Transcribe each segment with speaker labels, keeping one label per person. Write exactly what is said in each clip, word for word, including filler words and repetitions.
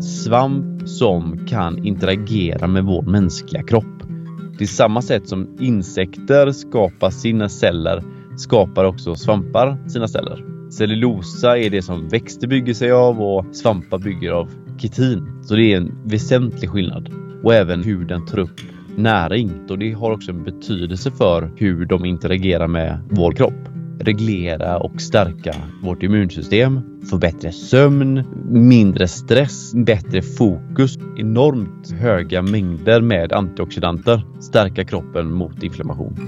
Speaker 1: svamp som kan interagera med vår mänskliga kropp. Det är samma sätt som insekter skapar sina celler, skapar också svampar sina celler. Cellulosa är det som växter bygger sig av och svampar bygger av kitin. Så det är en väsentlig skillnad. Och även hur den tar upp näring. Och det har också en betydelse för hur de interagerar med vår kropp. Reglera och stärka vårt immunsystem. Få bättre sömn, mindre stress, bättre fokus. Enormt höga mängder med antioxidanter. Stärka kroppen mot inflammation.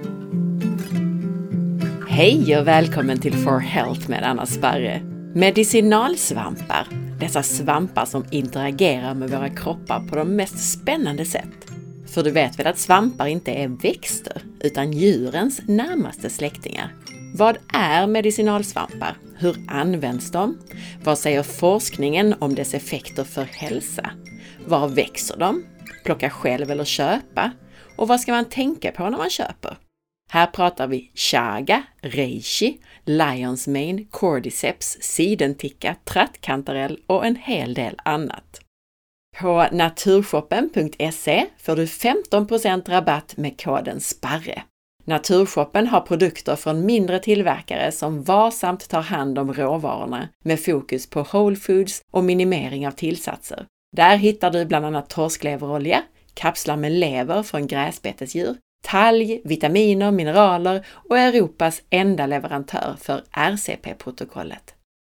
Speaker 2: Hej och välkommen till For Health med Anna Sparre. Medicinalsvampar. Dessa svampar som interagerar med våra kroppar på de mest spännande sätt. För du vet väl att svampar inte är växter utan djurens närmaste släktingar. Vad är medicinalsvampar? Hur används de? Vad säger forskningen om dess effekter för hälsa? Var växer de? Plocka själv eller köpa? Och vad ska man tänka på när man köper? Här pratar vi chaga, reishi, lion's mane, cordyceps, sidenticka, trattkantarell och en hel del annat. På naturshoppen punkt se får du femton procent rabatt med koden SPARRE. Naturshoppen har produkter från mindre tillverkare som varsamt tar hand om råvarorna med fokus på whole foods och minimering av tillsatser. Där hittar du bland annat torskleverolja, kapslar med lever från gräsbetesdjur, talg, vitaminer, mineraler och Europas enda leverantör för R C P-protokollet.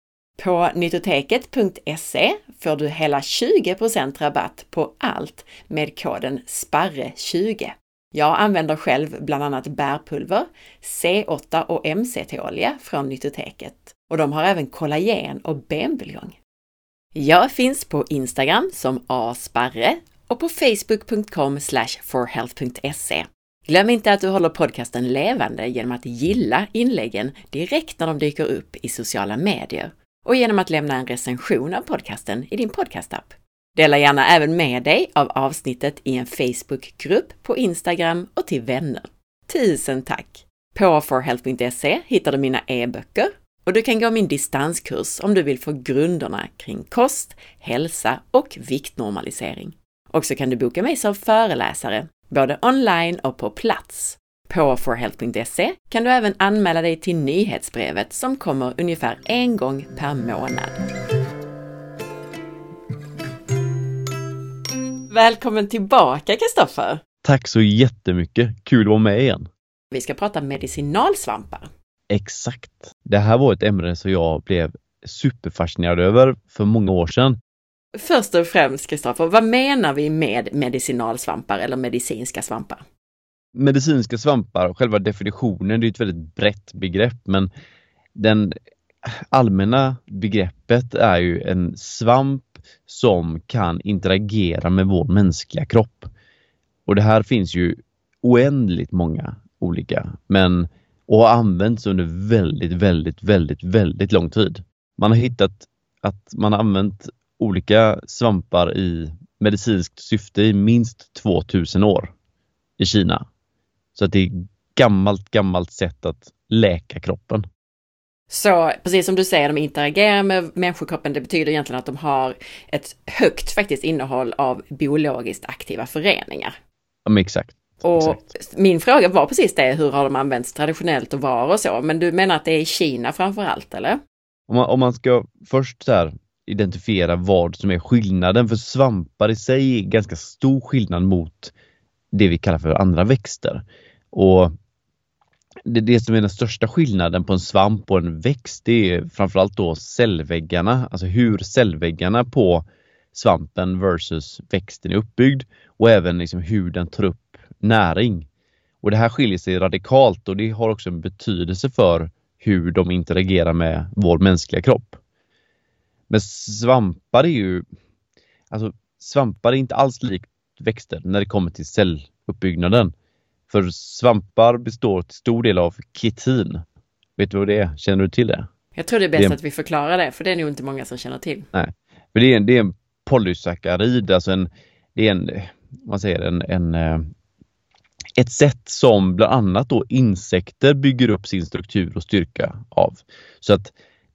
Speaker 2: På nyttoteket punkt se får du hela tjugo procent rabatt på allt med koden SPARRE tjugo. Jag använder själv bland annat bärpulver, C åtta och M C T-olja från nyttoteket. Och de har även kollagen och benbuljong. Jag finns på Instagram som asparre och på facebook punkt com slash forhealth punkt se. Glöm inte att du håller podcasten levande genom att gilla inläggen direkt när de dyker upp i sociala medier och genom att lämna en recension av podcasten i din podcastapp. Dela gärna även med dig av avsnittet i en Facebookgrupp, på Instagram och till vänner. Tusen tack! På forhealth punkt se hittar du mina e-böcker och du kan gå min distanskurs om du vill få grunderna kring kost, hälsa och viktnormalisering. Och så kan du boka mig som föreläsare, både online och på plats. På forhealth punkt se kan du även anmäla dig till nyhetsbrevet som kommer ungefär en gång per månad. Välkommen tillbaka, Kristoffer!
Speaker 1: Tack så jättemycket. Kul att vara med igen.
Speaker 2: Vi ska prata medicinalsvampar.
Speaker 1: Exakt. Det här var ett ämne som jag blev superfascinerad över för många år sedan.
Speaker 2: Först och främst, Kristoffer, vad menar vi med medicinalsvampar eller medicinska svampar?
Speaker 1: Medicinska svampar, själva definitionen, det är ett väldigt brett begrepp, men den allmänna begreppet är ju en svamp som kan interagera med vår mänskliga kropp. Och det här finns ju oändligt många olika, men och har använts under väldigt, väldigt, väldigt, väldigt lång tid. Man har hittat att man har använt olika svampar i medicinskt syfte i minst tvåtusen år i Kina. Så att det är gammalt, gammalt sätt att läka kroppen.
Speaker 2: Så precis som du säger, de interagerar med människokroppen. Det betyder egentligen att de har ett högt faktiskt innehåll av biologiskt aktiva föreningar.
Speaker 1: Ja, men exakt.
Speaker 2: Och
Speaker 1: exakt.
Speaker 2: Min fråga var precis det, hur har de använts traditionellt och var och så. Men du menar att det är i Kina framför allt, eller?
Speaker 1: Om man, om man ska först så här identifiera vad som är skillnaden, för svampar i sig är ganska stor skillnad mot det vi kallar för andra växter. Och det, det som är den största skillnaden på en svamp och en växt, det är framförallt då cellväggarna, alltså hur cellväggarna på svampen versus växten är uppbyggd, och även liksom hur den tar upp näring. Och det här skiljer sig radikalt, och det har också en betydelse för hur de interagerar med vår mänskliga kropp. Men svampar är ju alltså svampar är inte alls likt växter när det kommer till celluppbyggnaden. För svampar består till stor del av kitin. Vet du vad det är? Känner du till det?
Speaker 2: Jag tror det är bäst
Speaker 1: det är en...
Speaker 2: att vi förklarar det, för det är nog inte många som känner till.
Speaker 1: Nej, för det är en, det är en polysackarid, alltså en, det är en, vad säger en, en, ett sätt som bland annat då insekter bygger upp sin struktur och styrka av. Så att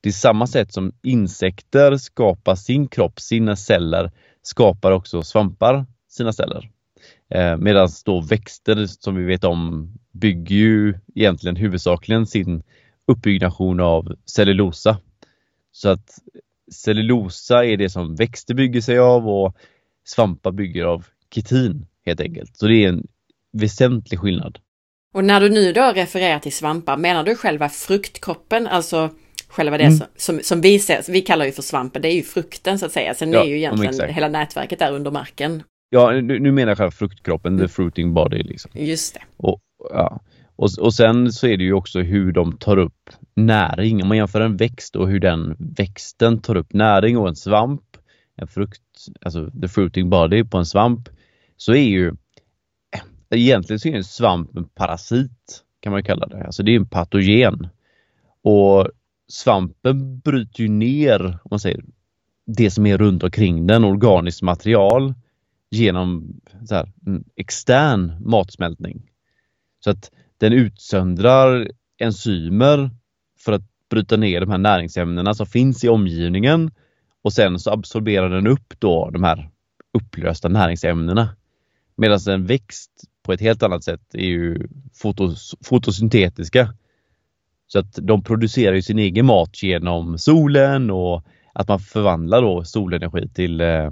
Speaker 1: det är samma sätt som insekter skapar sin kropp, sina celler, skapar också svampar sina celler. Eh, Medan då växter som vi vet om bygger ju egentligen huvudsakligen sin uppbyggnation av cellulosa. Så att cellulosa är det som växter bygger sig av och svampar bygger av kitin helt enkelt. Så det är en väsentlig skillnad.
Speaker 2: Och när du nu då refererar till svampar, menar du själva fruktkroppen, alltså själva det mm. som, som, som vi ser, vi kallar ju för svampen, det är ju frukten så att säga. Sen ja, är ju egentligen hela nätverket där under marken.
Speaker 1: Ja, nu, nu menar jag själva fruktkroppen, mm. the fruiting body liksom.
Speaker 2: Just det.
Speaker 1: Och, ja. och, och sen så är det ju också hur de tar upp näring. Om man jämför en växt och hur den växten tar upp näring och en svamp, en frukt, alltså the fruiting body på en svamp, så är ju egentligen så är en svamp en parasit kan man kalla det. Alltså det är en patogen. Och svampen bryter ju ner, om man säger, det som är runt omkring den, organiskt material, genom så här, en extern matsmältning. Så att den utsöndrar enzymer för att bryta ner de här näringsämnena som finns i omgivningen, och sen så absorberar den upp då de här upplösta näringsämnena. Medan en växt på ett helt annat sätt är ju fotos, fotosyntetiska. Så att de producerar ju sin egen mat genom solen, och att man förvandlar då solenergi till eh,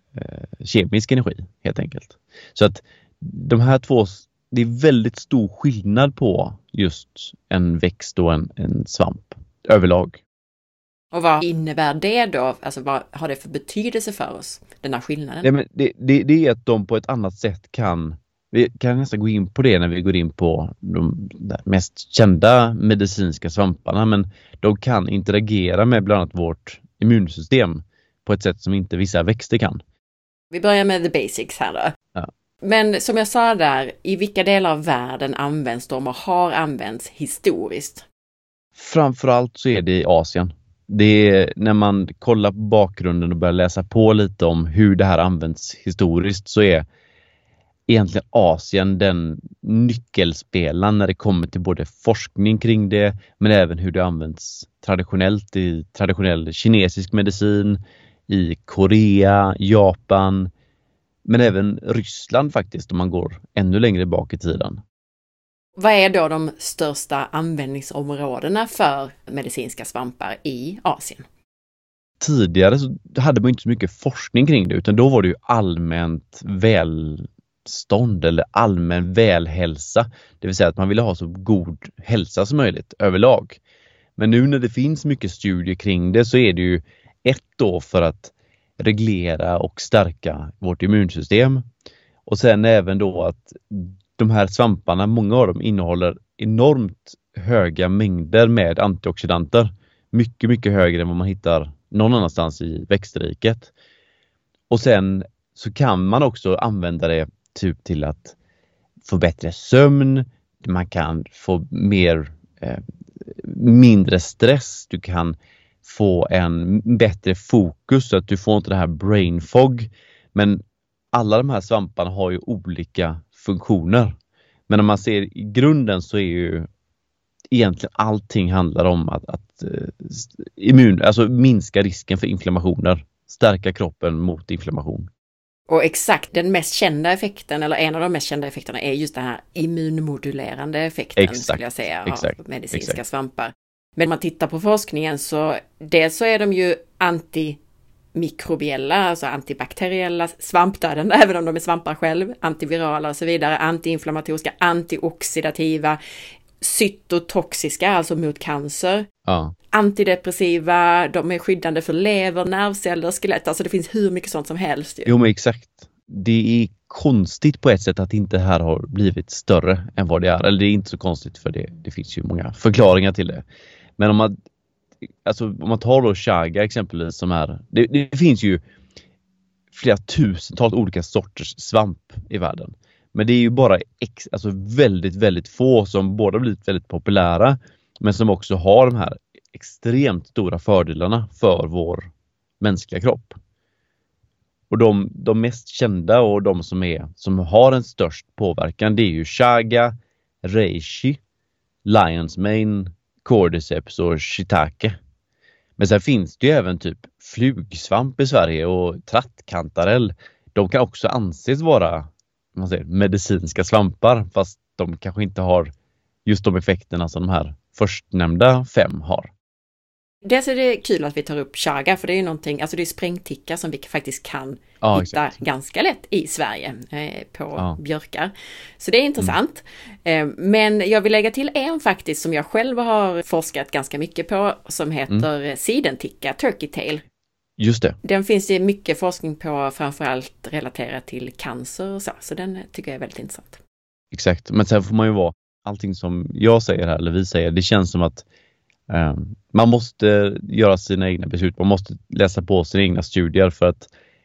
Speaker 1: kemisk energi helt enkelt. Så att de här två, det är väldigt stor skillnad på just en växt och en, en svamp överlag.
Speaker 2: Och vad innebär det då? Alltså vad har det för betydelse för oss, den här skillnaden?
Speaker 1: Ja, men det, det, det är att de på ett annat sätt kan, vi kan nästan gå in på det när vi går in på de mest kända medicinska svamparna, men de kan interagera med bland annat vårt immunsystem på ett sätt som inte vissa växter kan.
Speaker 2: Vi börjar med the basics här då.
Speaker 1: Ja.
Speaker 2: Men som jag sa där, i vilka delar av världen används de och har använts historiskt?
Speaker 1: Framförallt så är det i Asien. Det är när man kollar på bakgrunden och börjar läsa på lite om hur det här används historiskt, så är egentligen Asien den nyckelspelaren när det kommer till både forskning kring det, men även hur det används traditionellt i traditionell kinesisk medicin, i Korea, Japan, men även Ryssland faktiskt om man går ännu längre bak i tiden.
Speaker 2: Vad är då de största användningsområdena för medicinska svampar i Asien?
Speaker 1: Tidigare så hade man inte så mycket forskning kring det, utan då var det ju allmänt välstånd eller allmän välhälsa. Det vill säga att man ville ha så god hälsa som möjligt överlag. Men nu när det finns mycket studier kring det, så är det ju ett då för att reglera och stärka vårt immunsystem. Och sen även då att de här svamparna, många av dem innehåller enormt höga mängder med antioxidanter. Mycket, mycket högre än vad man hittar någon annanstans i växtriket. Och sen så kan man också använda det typ till att få bättre sömn. Man kan få mer, eh, mindre stress. Du kan få en bättre fokus så att du får inte det här brain fog. Men alla de här svamparna har ju olika funktioner. Men om man ser i grunden så är ju egentligen allting handlar om att, att uh, immun, alltså minska risken för inflammationer. Stärka kroppen mot inflammation.
Speaker 2: Och exakt den mest kända effekten, eller en av de mest kända effekterna, är just den här immunmodulerande effekten,
Speaker 1: exakt,
Speaker 2: skulle jag säga,
Speaker 1: exakt,
Speaker 2: av medicinska
Speaker 1: exakt.
Speaker 2: svampar. Men om man tittar på forskningen så dels så är de ju antimikrobiella, alltså antibakteriella, svampdödande, även om de är svampar själv, antivirala och så vidare, antiinflammatoriska, antioxidativa, cytotoxiska, alltså mot cancer,
Speaker 1: ja.
Speaker 2: Antidepressiva, de är skyddande för lever, nervceller, skelett, alltså det finns hur mycket sånt som helst. Ju.
Speaker 1: Jo men exakt. Det är konstigt på ett sätt att inte det här har blivit större än vad det är. Eller det är inte så konstigt, för det, det finns ju många förklaringar till det. Men om man, alltså, om man tar då chaga exempelvis, som är, det, det finns ju flera tusentals olika sorters svamp i världen. Men det är ju bara ex, alltså väldigt, väldigt få som både blivit väldigt populära, men som också har de här extremt stora fördelarna för vår mänskliga kropp. Och de, de mest kända och de som, är, som har en störst påverkan, det är ju chaga, reishi, lion's mane, cordyceps och shiitake. Men sen finns det ju även typ flugsvamp i Sverige och trattkantarell. De kan också anses vara man säger, medicinska svampar, fast de kanske inte har just de effekterna som de här förstnämnda fem har.
Speaker 2: Dels är det kul att vi tar upp chaga, för det är ju någonting, alltså det är sprängticka som vi faktiskt kan
Speaker 1: ja,
Speaker 2: hitta
Speaker 1: exakt.
Speaker 2: ganska lätt i Sverige eh, på ja. björkar. Så det är intressant. Mm. Eh, men jag vill lägga till en faktiskt som jag själv har forskat ganska mycket på, som heter mm. sidenticka, turkey tail.
Speaker 1: Just det.
Speaker 2: Den finns det mycket forskning på, framförallt relaterat till cancer och så, så den tycker jag är väldigt intressant.
Speaker 1: Exakt, men sen får man ju vara allting som jag säger här, eller vi säger, det känns som att eh, man måste göra sina egna beslut, man måste läsa på sina egna studier, för att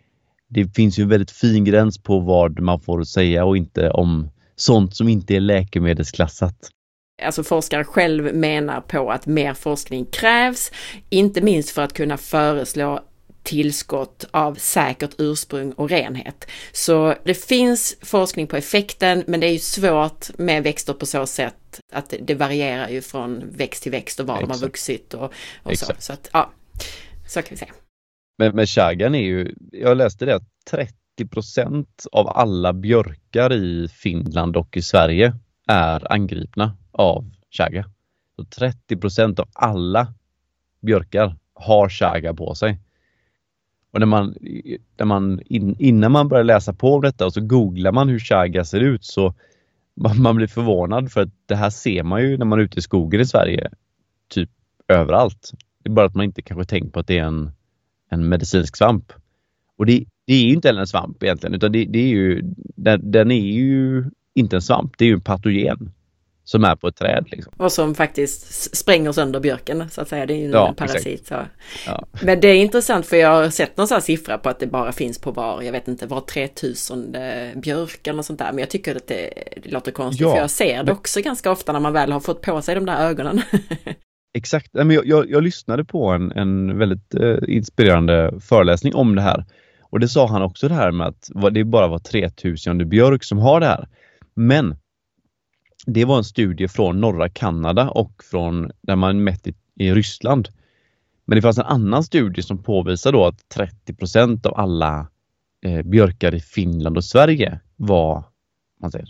Speaker 1: det finns ju en väldigt fin gräns på vad man får säga och inte om sånt som inte är läkemedelsklassat.
Speaker 2: Alltså forskare själv menar på att mer forskning krävs, inte minst för att kunna föreslå tillskott av säkert ursprung och renhet. Så det finns forskning på effekten, men det är ju svårt med växter på så sätt att det varierar ju från växt till växt och var Exakt. de har vuxit och, och så. Så att, ja, så kan vi säga.
Speaker 1: Men, men chagan är ju, jag läste det att trettio procent av alla björkar i Finland och i Sverige är angripna av chaga. Så trettio procent av alla björkar har chaga på sig. Och när man, när man in, innan man börjar läsa på om detta och så googlar man hur chaga ser ut, så man, man blir förvånad, för att det här ser man ju när man är ute i skogen i Sverige typ överallt. Det är bara att man inte kanske tänker på att det är en, en medicinsk svamp. Och det, det är ju inte en svamp egentligen, utan det, det är ju, den, den är ju inte en svamp, det är ju en patogen som är på ett träd. Liksom.
Speaker 2: Och som faktiskt spränger sönder björken, så att säga. Det är ju
Speaker 1: ja,
Speaker 2: en parasit. Så.
Speaker 1: Ja.
Speaker 2: Men det är intressant, för jag har sett någon sån här siffra på att det bara finns på var, jag vet inte, var tretusen björk eller något sånt där. Men jag tycker att det, det låter konstigt, ja, för jag ser det också ganska ofta när man väl har fått på sig de där ögonen.
Speaker 1: Exakt. Jag, jag, jag lyssnade på en, en väldigt eh, inspirerande föreläsning om det här. Och det sa han också, det här med att det bara var tretusen björk som har det här. Men det var en studie från norra Kanada och från där man mätt i, i Ryssland. Men det fanns en annan studie som påvisar då att trettio procent av alla eh, björkar i Finland och Sverige var man säger,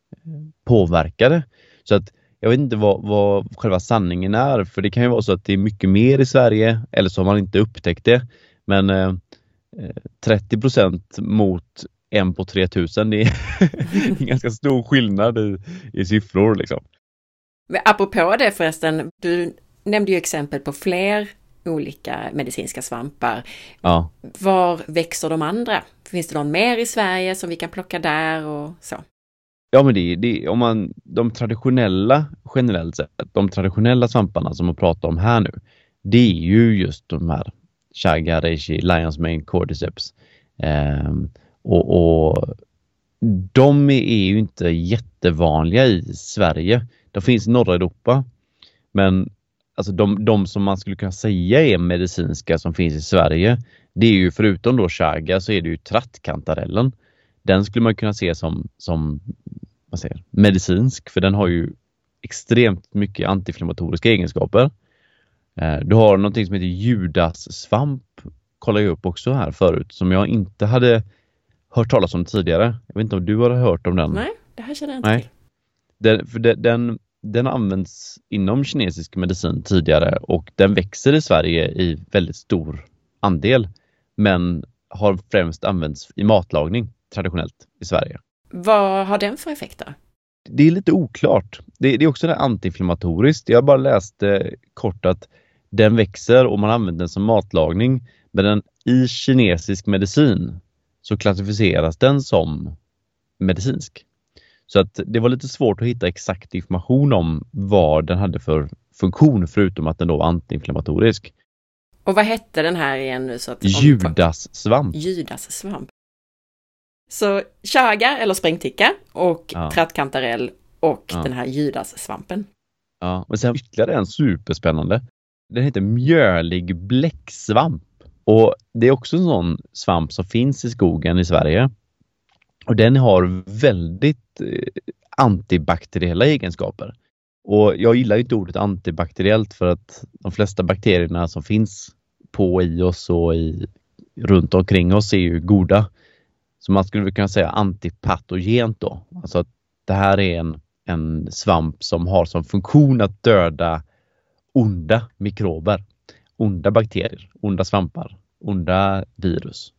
Speaker 1: påverkade. Så att jag vet inte vad, vad själva sanningen är, för det kan ju vara så att det är mycket mer i Sverige, eller så har man inte upptäckt det. Men eh, trettio procent mot en på tre tusen, det är en ganska stor skillnad i, i siffror liksom.
Speaker 2: Men apropå det förresten, du nämnde ju exempel på fler olika medicinska svampar.
Speaker 1: Ja.
Speaker 2: Var växer de andra? Finns det någon mer i Sverige som vi kan plocka där och så?
Speaker 1: Ja, men det, det om man de traditionella generellt sett, de traditionella svamparna som man pratar om här nu, det är ju just de här chaga, reishi, lion's mane, cordyceps. Ehm, och, och de är ju inte jättevanliga i Sverige. De finns i norra Europa. Men alltså de, de som man skulle kunna säga är medicinska som finns i Sverige, det är ju förutom då chaga, så är det ju trattkantarellen. Den skulle man kunna se som, som vad säger, medicinsk, för den har ju extremt mycket antiinflammatoriska egenskaper. Du har någonting som heter Judas-svamp, kollar jag upp också här förut, som jag inte hade hört talas om tidigare. Jag vet inte om du har hört om den.
Speaker 2: Nej, det här känner jag inte
Speaker 1: Nej.
Speaker 2: till.
Speaker 1: Den, för den, den, den används inom kinesisk medicin tidigare, och den växer i Sverige i väldigt stor andel, men har främst använts i matlagning traditionellt i Sverige.
Speaker 2: Vad har den för effekter?
Speaker 1: Det är lite oklart. Det, det är också det antiinflammatoriskt. Jag bara läste kort att den växer och man använder den som matlagning, men den, i kinesisk medicin så klassificeras den som medicinsk. Så att det var lite svårt att hitta exakt information om vad den hade för funktion, förutom att den då var antiinflammatorisk.
Speaker 2: Och vad hette den här igen nu? Så att
Speaker 1: Judas-svamp.
Speaker 2: Judas-svamp. Så chaga eller sprängticka och ja. trattkantarell och ja. den här Judas-svampen.
Speaker 1: Ja, men sen ytterligare en superspännande. Den heter mjölig bläcksvamp. Och det är också en sån svamp som finns i skogen i Sverige. Och den har väldigt eh, antibakteriella egenskaper. Och jag gillar ju inte ordet antibakteriellt för att de flesta bakterierna som finns på i oss och i, runt omkring oss är ju goda. Så man skulle kunna säga antipatogent då. Alltså att det här är en, en svamp som har som funktion att döda onda mikrober. Onda bakterier, onda svampar, onda virus.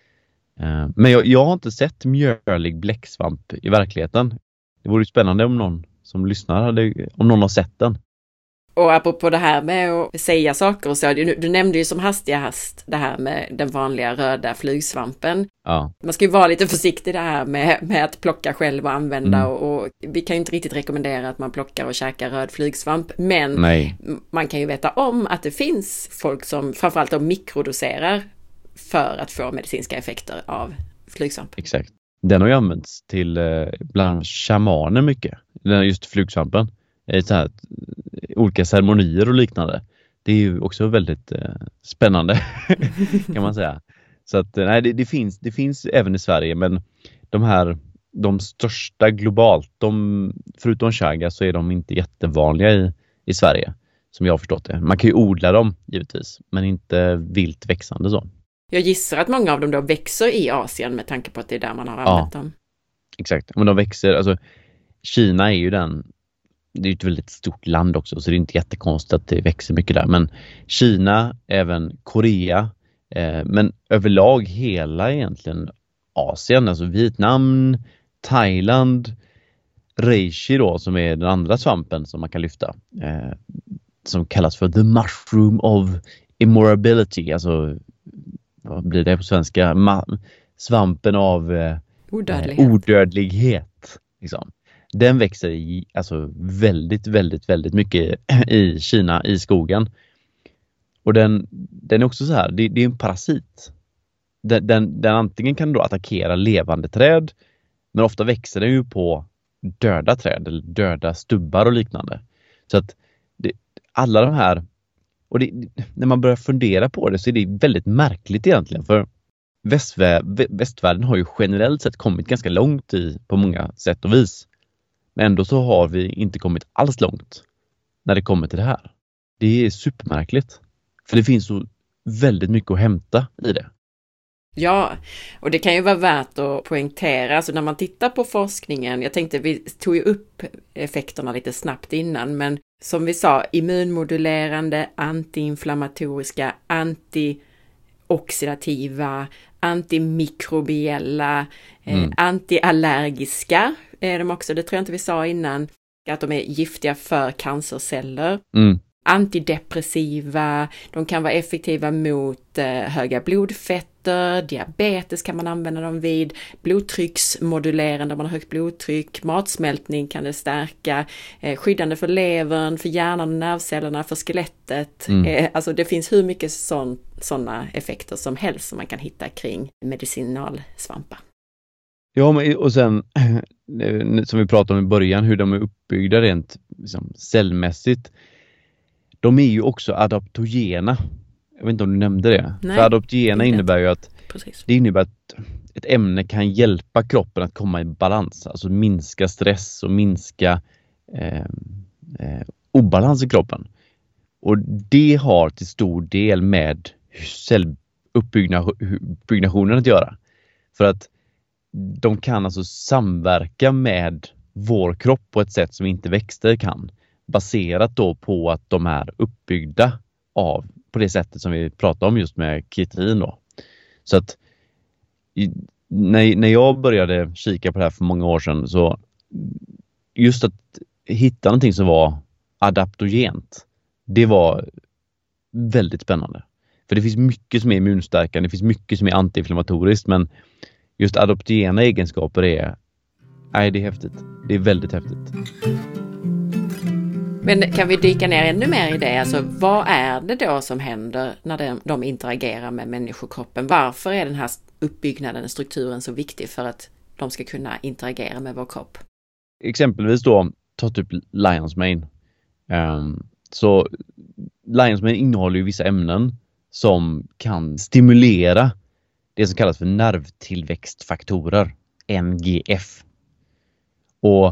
Speaker 1: Men jag, jag har inte sett mjölig bläcksvamp i verkligheten. Det vore ju spännande om någon som lyssnar hade, om någon har sett den.
Speaker 2: Och apropå det här med att säga saker och så, du, du nämnde ju som hastigast det här med den vanliga röda flygsvampen.
Speaker 1: Ja.
Speaker 2: Man ska ju vara lite försiktig det här med, med att plocka själv och använda
Speaker 1: Mm.
Speaker 2: och, och vi kan ju inte riktigt rekommendera att man plockar och käkar röd flygsvamp, men
Speaker 1: Nej.
Speaker 2: man kan ju veta om att det finns folk som framförallt då mikrodoserar för att få medicinska effekter av flygsvamp.
Speaker 1: Exakt. Den har ju använts till eh, bland shamaner mycket. Den just flugsvampen. I så här, olika ceremonier och liknande. Det är ju också väldigt eh, spännande kan man säga. Så att nej, det, det, finns, det finns även i Sverige, men de här de största globalt, de, förutom chaga så är de inte jättevanliga i, i Sverige som jag har förstått det. Man kan ju odla dem givetvis, men inte vilt växande så.
Speaker 2: Jag gissar att många av dem då växer i Asien med tanke på att det är där man har använt
Speaker 1: Ja,
Speaker 2: dem.
Speaker 1: Exakt, men de växer, alltså Kina är ju den, det är ju ett väldigt stort land också så det är inte jättekonstigt att det växer mycket där. Men Kina, även Korea, eh, men överlag hela egentligen Asien, alltså Vietnam, Thailand, reishi då som är den andra svampen som man kan lyfta. Eh, som kallas för the mushroom of immorability, alltså vad blir det på svenska? Ma- svampen av eh,
Speaker 2: Odödlighet.
Speaker 1: odödlighet liksom. Den växer i, alltså väldigt, väldigt, väldigt mycket i Kina, i skogen. Och den, den är också så här, det, det är en parasit. Den, den, den antingen kan då attackera levande träd, men ofta växer den ju på döda träd eller döda stubbar och liknande. Så att det, alla de här, och det, när man börjar fundera på det så är det väldigt märkligt egentligen, för västvä- västvärlden har ju generellt sett kommit ganska långt i, på många sätt och vis. Men ändå så har vi inte kommit alls långt när det kommer till det här. Det är supermärkligt. För det finns så väldigt mycket att hämta i det.
Speaker 2: Ja, och det kan ju vara värt att poängtera, alltså när man tittar på forskningen, jag tänkte vi tog ju upp effekterna lite snabbt innan, men som vi sa, immunmodulerande, antiinflammatoriska, antioxidativa, antimikrobiella, mm. eh, antiallergiska är de också, det tror jag inte vi sa innan, att de är giftiga för cancerceller. Mm. Antidepressiva, de kan vara effektiva mot eh, höga blodfetter, diabetes kan man använda dem vid, blodtrycksmodulerande om man har högt blodtryck, matsmältning kan det stärka, eh, skyddande för levern, för hjärnan och nervcellerna, för skelettet. Mm. Eh, alltså det finns hur mycket sådana effekter som helst som man kan hitta kring medicinalsvampar.
Speaker 1: Ja, men, och sen som vi pratade om i början, hur de är uppbyggda rent liksom, cellmässigt. De är ju också adaptogena. Jag vet inte om du nämnde det.
Speaker 2: Nej,
Speaker 1: för adaptogena innebär ju att
Speaker 2: Precis.
Speaker 1: det innebär att ett ämne kan hjälpa kroppen att komma i balans. Alltså minska stress och minska eh, eh, obalans i kroppen. Och det har till stor del med celluppbyggnationen att göra. För att de kan alltså samverka med vår kropp på ett sätt som inte växter kan. Baserat då på att de är uppbyggda av på det sättet som vi pratade om just med kitin då. Så att i, när, när jag började kika på det här för många år sedan, så just att hitta någonting som var adaptogent, det var väldigt spännande. För det finns mycket som är immunstärkande, det finns mycket som är antiinflammatoriskt, men just adaptogena egenskaper är, nej, det är häftigt. Det är väldigt häftigt.
Speaker 2: Men kan vi dyka ner ännu mer i det? Alltså, vad är det då som händer när de, de interagerar med människokroppen? Varför är den här uppbyggnaden, strukturen så viktig för att de ska kunna interagera med vår kropp?
Speaker 1: Exempelvis då, ta typ Lion's Mane. Um, så Lion's Mane innehåller ju vissa ämnen som kan stimulera det som kallas för nervtillväxtfaktorer, N G F. Och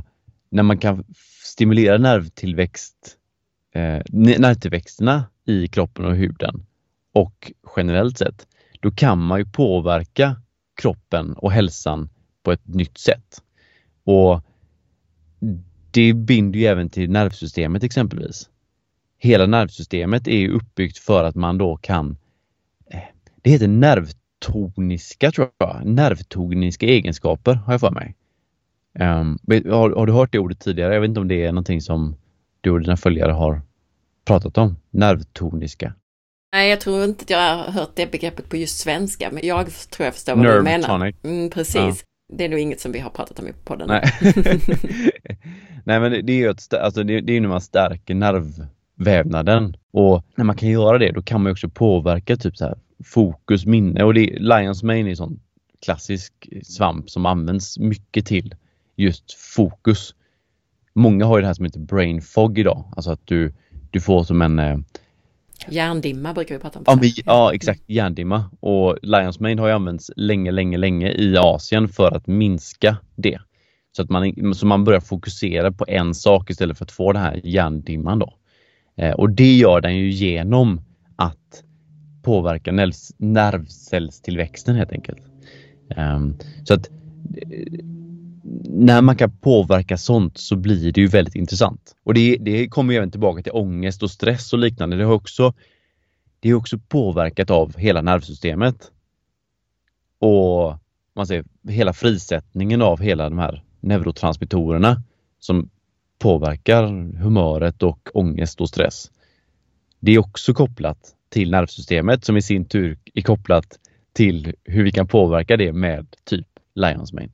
Speaker 1: när man kan stimulera nervtillväxt, eh, nervtillväxterna i kroppen och huden och generellt sett, då kan man ju påverka kroppen och hälsan på ett nytt sätt. Och det binder ju även till nervsystemet exempelvis. Hela nervsystemet är ju uppbyggt för att man då kan, det heter nervtoniska tror jag, nervtoniska egenskaper har jag för mig. Um, har, har du hört det ordet tidigare? Jag vet inte om det är någonting som du och dina följare har pratat om, nervtoniska.
Speaker 2: Nej, jag tror inte att jag har hört det begreppet på just svenska, men jag tror jag förstår vad du menar. Mm, precis. Ja. Det är nog inget som vi har pratat om i podden.
Speaker 1: Nej, Nej men det, det är ju ett, alltså det, det är när man stärker nervvävnaden, och när man kan göra det då kan man också påverka typ så här fokus, minne, och det, Lion's Mane är en sån klassisk svamp som används mycket till just fokus. Många har ju det här som heter brain fog idag, alltså att du, du får som en eh,
Speaker 2: hjärndimma brukar vi prata om.
Speaker 1: Ja, men, ja, exakt, hjärndimma. Och Lion's Mane har ju använts länge, länge, länge i Asien för att minska det. Så att man, så man börjar fokusera på en sak istället för att få den här hjärndimman då. Eh, och det gör den ju genom att påverka nerv- nervcellstillväxten helt enkelt. Um, så att när man kan påverka sånt så blir det ju väldigt intressant. Och det, det kommer ju även tillbaka till ångest och stress och liknande. Det har också, det är också påverkat av hela nervsystemet. Och man säger hela frisättningen av hela de här neurotransmittorerna som påverkar humöret och ångest och stress. Det är också kopplat till nervsystemet som i sin tur är kopplat till hur vi kan påverka det med typ Lion's Mane.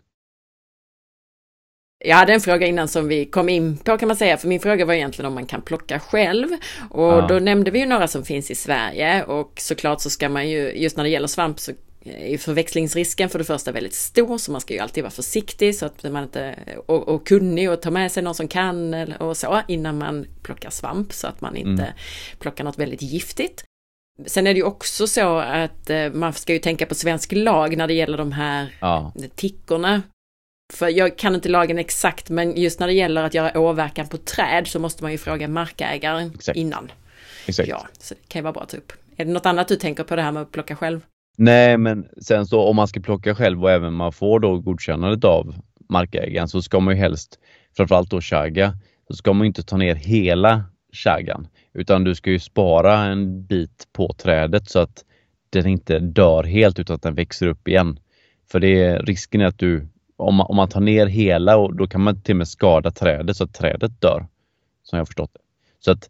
Speaker 2: Jag hade en fråga innan som vi kom in på kan man säga, för min fråga var egentligen om man kan plocka själv, och ja. Då nämnde vi ju några som finns i Sverige, och såklart så ska man ju, just när det gäller svamp så är förväxlingsrisken för det första väldigt stor, så man ska ju alltid vara försiktig så att man inte, och, och kunnig och ta med sig någon som kan och så innan man plockar svamp, så att man inte mm. plockar något väldigt giftigt. Sen är det ju också så att eh, man ska ju tänka på svensk lag när det gäller de här ja. tickorna. För jag kan inte lagen exakt, men just när det gäller att göra åverkan på träd så måste man ju fråga markägaren exakt. innan.
Speaker 1: Exakt.
Speaker 2: Ja, så det kan ju vara bra att ta upp. Är det något annat du tänker på det här med att plocka själv?
Speaker 1: Nej, men sen så om man ska plocka själv och även man får då godkännandet av markägaren, så ska man ju helst, framförallt då chaga, så ska man ju inte ta ner hela chagan, utan du ska ju spara en bit på trädet så att den inte dör helt utan att den växer upp igen. För det är risken är att du, om man, om man tar ner hela, och då kan man till och med skada trädet så att trädet dör, som jag har förstått det. Så att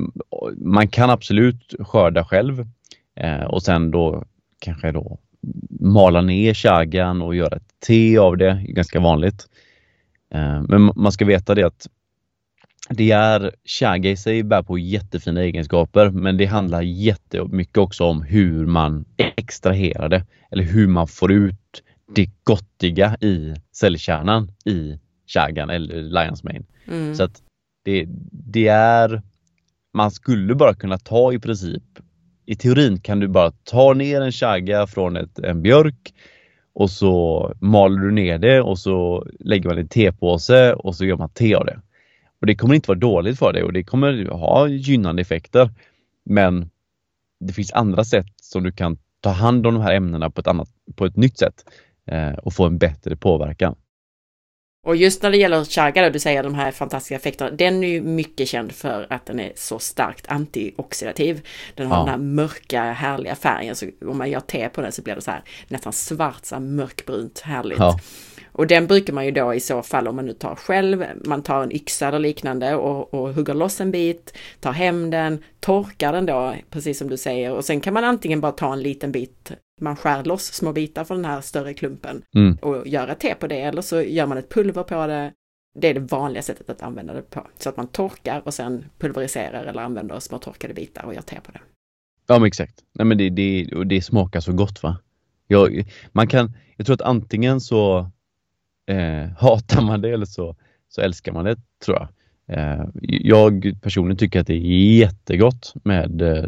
Speaker 1: man kan absolut skörda själv eh, och sen då kanske då mala ner chagan och göra ett te av det, det är ganska vanligt. Eh, men man ska veta det att det är, chaga i sig bär på jättefina egenskaper, men det handlar jättemycket också om hur man extraherar det, eller hur man får ut det gottiga i cellkärnan i chagan eller Lion's Mane. Mm. Så att det, det är, man skulle bara kunna ta i princip, i teorin kan du bara ta ner en chaga från ett, en björk, och så maler du ner det och så lägger man en tepåse och så gör man te av det. Och det kommer inte vara dåligt för dig och det kommer ha gynnande effekter. Men det finns andra sätt som du kan ta hand om de här ämnena på ett annat, på ett nytt sätt eh, och få en bättre påverkan.
Speaker 2: Och just när det gäller chaga, du säger de här fantastiska effekterna, den är ju mycket känd för att den är så starkt antioxidativ. Den har ja. den här mörka, härliga färgen, så om man gör te på den så blir det så här nästan svart, så här mörkbrunt, härligt. Ja. Och den brukar man ju då i så fall, om man nu tar själv, man tar en yxa eller liknande och, och hugger loss en bit, tar hem den, torkar den då, precis som du säger, och sen kan man antingen bara ta en liten bit, man skär loss små bitar från den här större klumpen mm. och göra te på det, eller så gör man ett pulver på det. Det är det vanliga sättet att använda det på, så att man torkar och sen pulveriserar eller använder små torkade bitar och gör te på det.
Speaker 1: Ja, men exakt. Nej, men det, det, det smakar så gott, va? Jag, man kan, jag tror att antingen så Eh, hatar man det eller så, så älskar man det, tror jag. Eh, jag personligen tycker att det är jättegott med eh,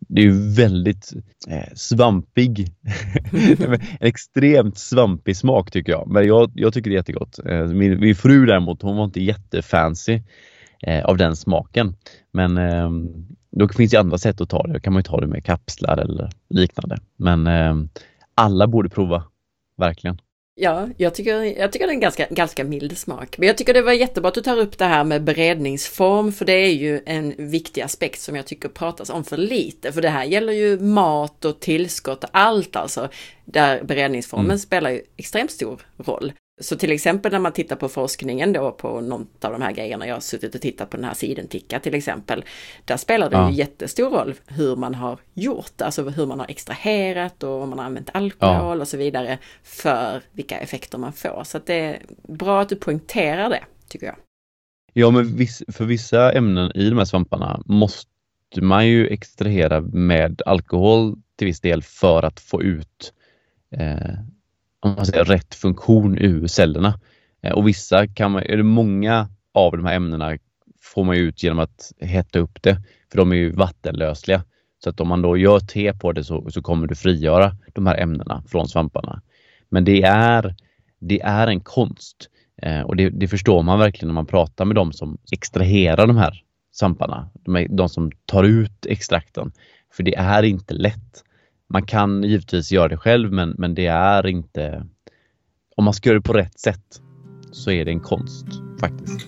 Speaker 1: det är ju väldigt eh, svampig. En extremt svampig smak tycker jag. Men jag, jag tycker det är jättegott. Eh, min, min fru däremot, hon var inte jättefancy eh, av den smaken. Men eh, då finns det andra sätt att ta det. Då kan man ju ta det med kapslar eller liknande. Men eh, alla borde prova. Verkligen.
Speaker 2: Ja, jag tycker, jag tycker det är en ganska, ganska mild smak. Men jag tycker det var jättebra att du tar upp det här med beredningsform, för det är ju en viktig aspekt som jag tycker pratas om för lite. För det här gäller ju mat och tillskott och allt alltså, där beredningsformen mm. spelar ju extremt stor roll. Så till exempel när man tittar på forskningen då på någon av de här grejerna, jag har suttit och tittat på den här Sidenticka till exempel, där spelar det ja. ju jättestor roll hur man har gjort, alltså hur man har extraherat och om man har använt alkohol ja. och så vidare för vilka effekter man får. Så att det är bra att du poängterar det, tycker jag.
Speaker 1: Ja, men viss, för vissa ämnen i de här svamparna måste man ju extrahera med alkohol till viss del för att få ut eh, om man säger, rätt funktion ur cellerna. Eh, och vissa kan man, är det många av de här ämnena får man ut genom att hetta upp det. För de är ju vattenlösliga. Så att om man då gör te på det så, så kommer du frigöra de här ämnena från svamparna. Men det är, det är en konst. Eh, och det, det förstår man verkligen när man pratar med de som extraherar de här svamparna. De, de som tar ut extrakten. För det är inte lätt. Man kan givetvis göra det själv, men, men det är inte... Om man ska göra det på rätt sätt så är det en konst faktiskt.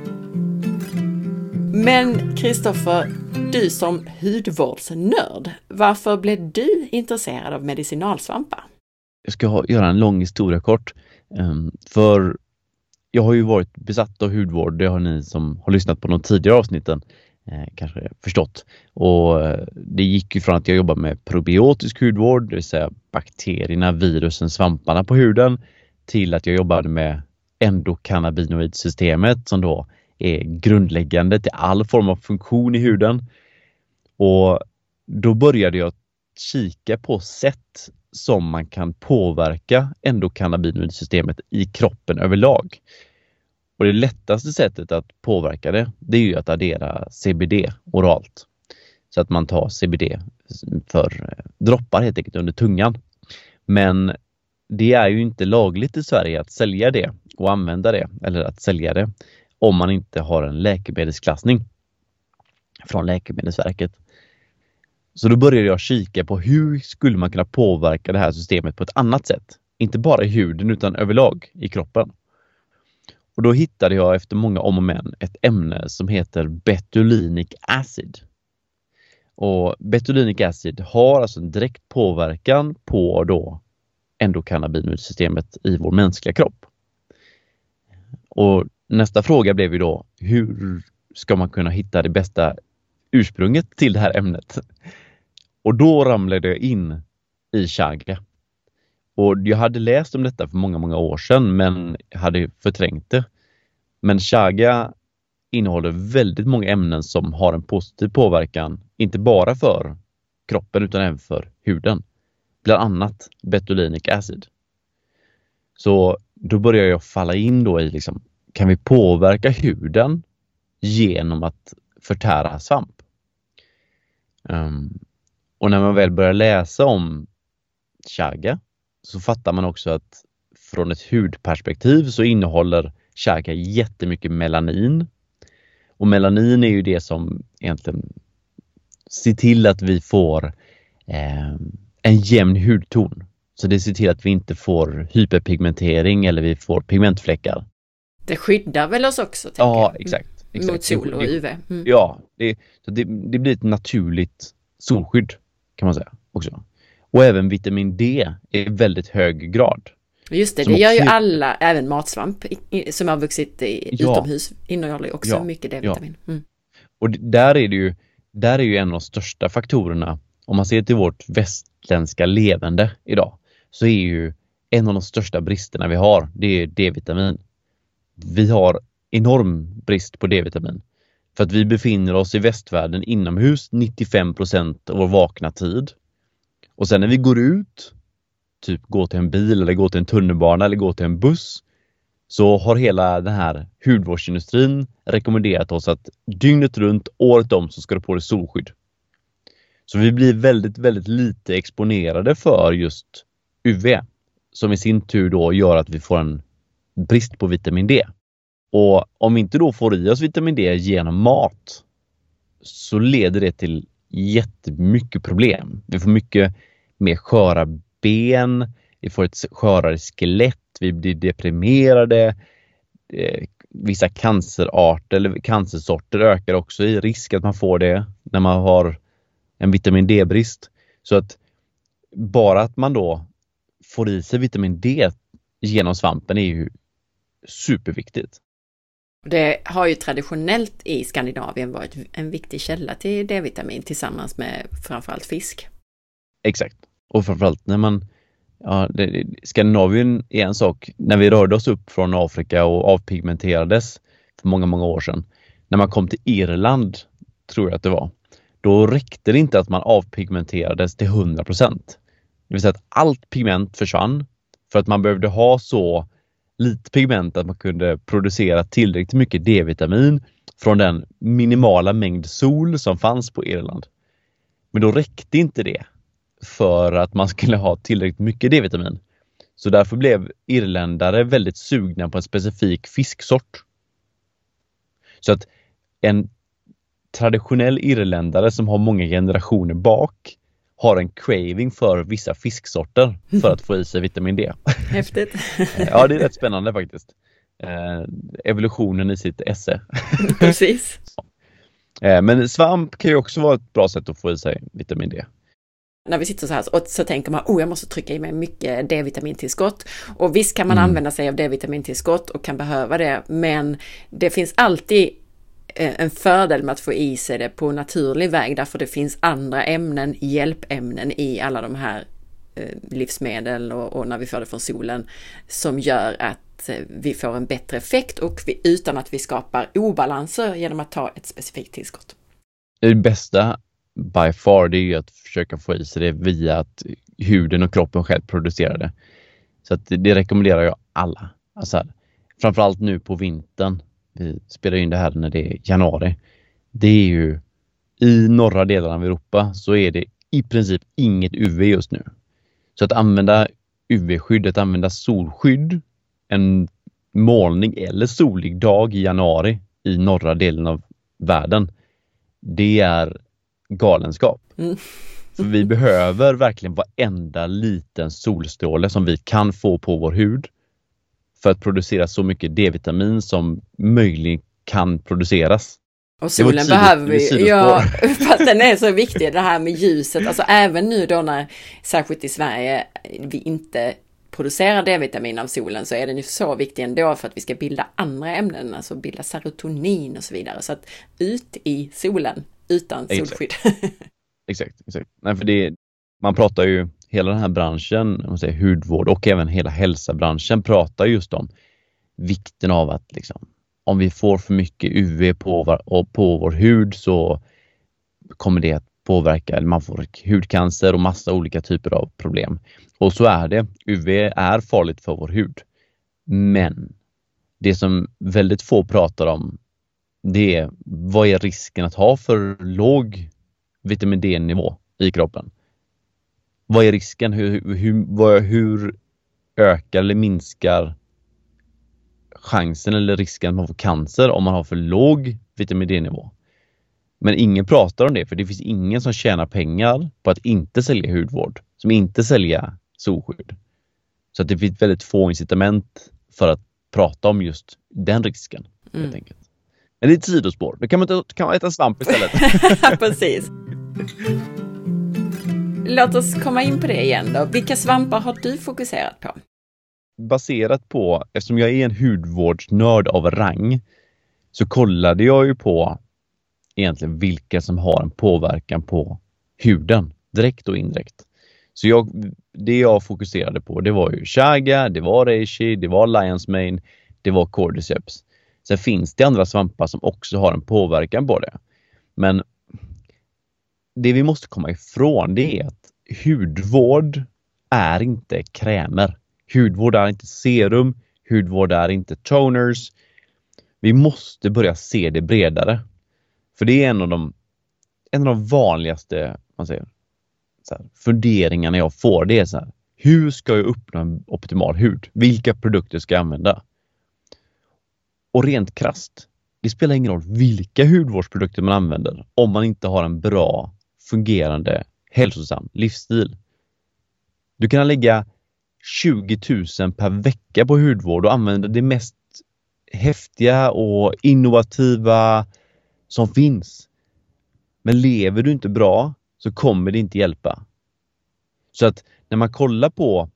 Speaker 2: Men Kristoffer, du som hudvårdsnörd, varför blev du intresserad av medicinalsvampar?
Speaker 1: Jag ska ha, göra en lång historia kort. Um, för jag har ju varit besatt av hudvård, det har ni som har lyssnat på de tidigare avsnitten Eh, kanske förstått. Och eh, det gick ju från att jag jobbade med probiotisk hudvård, det vill säga bakterierna, virusen, svamparna på huden, till att jag jobbade med endokannabinoidsystemet som då är grundläggande till all form av funktion i huden. Och då började jag kika på sätt som man kan påverka endokannabinoidsystemet i kroppen överlag. Och det lättaste sättet att påverka det, det är ju att addera C B D oralt. Så att man tar C B D för droppar helt enkelt under tungan. Men det är ju inte lagligt i Sverige att sälja det och använda det, eller att sälja det, om man inte har en läkemedelsklassning från Läkemedelsverket. Så då började jag kika på hur skulle man kunna påverka det här systemet på ett annat sätt. Inte bara i huden utan överlag i kroppen. Och då hittade jag efter många om och men ett ämne som heter betulinic acid. Och betulinic acid har alltså en direkt påverkan på då endokannabinoidsystemet i vår mänskliga kropp. Och nästa fråga blev ju då, hur ska man kunna hitta det bästa ursprunget till det här ämnet? Och då ramlade jag in i chaga. Och jag hade läst om detta för många, många år sedan, men hade förträngt det. Men chaga innehåller väldigt många ämnen som har en positiv påverkan, inte bara för kroppen utan även för huden. Bland annat betulinic acid. Så då börjar jag falla in då i liksom, kan vi påverka huden genom att förtära svamp? Um, och när man väl börjar läsa om chaga så fattar man också att från ett hudperspektiv så innehåller chaga jättemycket melanin. Och melanin är ju det som egentligen ser till att vi får eh, en jämn hudton. Så det ser till att vi inte får hyperpigmentering eller vi får pigmentfläckar.
Speaker 2: Det skyddar väl oss också?
Speaker 1: Ja, exakt, exakt.
Speaker 2: Mot sol och U V. Mm.
Speaker 1: Ja, det, så det, det blir ett naturligt solskydd kan man säga också. Och även vitamin D är väldigt hög grad.
Speaker 2: Just det, det gör ju alla, även matsvamp som har vuxit i,
Speaker 1: ja. utomhus
Speaker 2: innehåller också ja. mycket D-vitamin.
Speaker 1: Ja. Mm. Och där är det ju, där är ju en av de största faktorerna, om man ser till vårt västländska levande idag, så är ju en av de största bristerna vi har, det är D-vitamin. Vi har enorm brist på D-vitamin. För att vi befinner oss i västvärlden inomhus nittiofem procent av vår vakna tid. Och sen när vi går ut, typ gå till en bil eller gå till en tunnelbana eller gå till en buss, så har hela den här hudvårdsindustrin rekommenderat oss att dygnet runt, året om så ska du på dig solskydd. Så vi blir väldigt, väldigt lite exponerade för just U V. Som i sin tur då gör att vi får en brist på vitamin D. Och om vi inte då får i oss vitamin D genom mat så leder det till jättemycket problem. Vi får mycket mer sköra ben, vi får ett skörare skelett, vi blir deprimerade. Vissa cancerarter eller cancersorter ökar också i risk att man får det när man har en vitamin D-brist. Så att bara att man då får i sig vitamin D genom svampen är ju superviktigt.
Speaker 2: Det har ju traditionellt i Skandinavien varit en viktig källa till D-vitamin tillsammans med framförallt fisk.
Speaker 1: Exakt. Och framförallt när man ja, det, Skandinavien är en sak. När vi rörde oss upp från Afrika och avpigmenterades för många, många år sedan. När man kom till Irland, tror jag att det var, då räckte det inte att man avpigmenterades till hundra procent. Det vill säga att allt pigment försvann för att man behövde ha så lite pigment att man kunde producera tillräckligt mycket D-vitamin från den minimala mängd sol som fanns på Irland. Men då räckte inte det för att man skulle ha tillräckligt mycket D-vitamin. Så därför blev irländare väldigt sugna på en specifik fisksort. Så att en traditionell irländare som har många generationer bak har en craving för vissa fisksorter för att få i sig vitamin D.
Speaker 2: Häftigt.
Speaker 1: Ja, det är rätt spännande faktiskt. Eh, evolutionen i sitt esse.
Speaker 2: Precis.
Speaker 1: eh, men svamp kan ju också vara ett bra sätt att få i sig vitamin D.
Speaker 2: När vi sitter så här och så tänker man, oh jag måste trycka i mig mycket D-vitamintillskott. Och visst kan man mm. använda sig av D-vitamintillskott och kan behöva det. Men det finns alltid en fördel med att få i sig det på naturlig väg. Därför det finns andra ämnen, hjälpämnen i alla de här livsmedel och, och när vi får det från solen. Som gör att vi får en bättre effekt och vi, utan att vi skapar obalanser genom att ta ett specifikt tillskott.
Speaker 1: Det bästa by far det är ju att försöka få i sig det via att huden och kroppen själv producerar det. Så att det rekommenderar jag alla. Alltså här, framförallt nu på vintern. Vi spelar in det här när det är januari. Det är ju i norra delarna av Europa så är det i princip inget U V just nu. Så att använda U V-skydd, att använda solskydd en molning eller solig dag i januari i norra delen av världen. Det är galenskap. Mm. För vi behöver verkligen varenda liten solstråle som vi kan få på vår hud för att producera så mycket D-vitamin som möjligen kan produceras.
Speaker 2: Och solen behöver vi, ja, fast den är så viktig, det här med ljuset. Alltså även nu då när, särskilt i Sverige, vi inte producerar D-vitamin av solen så är den ju så viktig ändå för att vi ska bilda andra ämnen, alltså bilda serotonin och så vidare. Så att ut i solen utan solskydd.
Speaker 1: Exakt, exakt. exakt. Nej, för det, man pratar ju, hela den här branschen, man säger hudvård och även hela hälsobranschen pratar just om vikten av att liksom, om vi får för mycket U V på vår, på vår hud så kommer det att påverka, eller man får hudcancer och massa olika typer av problem. Och så är det. U V är farligt för vår hud. Men det som väldigt få pratar om, det är vad är risken att ha för låg vitamin D-nivå i kroppen? Vad är risken? Hur, hur, hur ökar eller minskar chansen eller risken att man får cancer om man har för låg vitamin D-nivå? Men ingen pratar om det, för det finns ingen som tjänar pengar på att inte sälja hudvård, som inte sälja solskydd. Så att det finns väldigt få incitament för att prata om just den risken. Mm. Helt enkelt. Men det är ett sidospår. Då kan man, kan man äta svamp istället.
Speaker 2: Precis. Låt oss komma in på det igen då. Vilka svampar har du fokuserat på?
Speaker 1: Baserat på, eftersom jag är en hudvårdsnörd av rang, så kollade jag ju på egentligen vilka som har en påverkan på huden, direkt och indirekt. Så jag, det jag fokuserade på, det var ju chaga, det var reishi, det var lion's mane, det var cordyceps. Sen finns det andra svampar som också har en påverkan på det. Men det vi måste komma ifrån, det är att hudvård är inte krämer. Hudvård är inte serum, hudvård är inte toners. Vi måste börja se det bredare. För det är en av de en av de vanligaste man säger, så här, funderingarna jag får, det är så här: hur ska jag uppnå en optimal hud? Vilka produkter ska jag använda? Och rent krasst, det spelar ingen roll vilka hudvårdsprodukter man använder om man inte har en bra, fungerande, hälsosam livsstil. Du kan lägga tjugo tusen per vecka på hudvård och använda det mest häftiga och innovativa som finns. Men lever du inte bra så kommer det inte hjälpa. Så att när man kollar på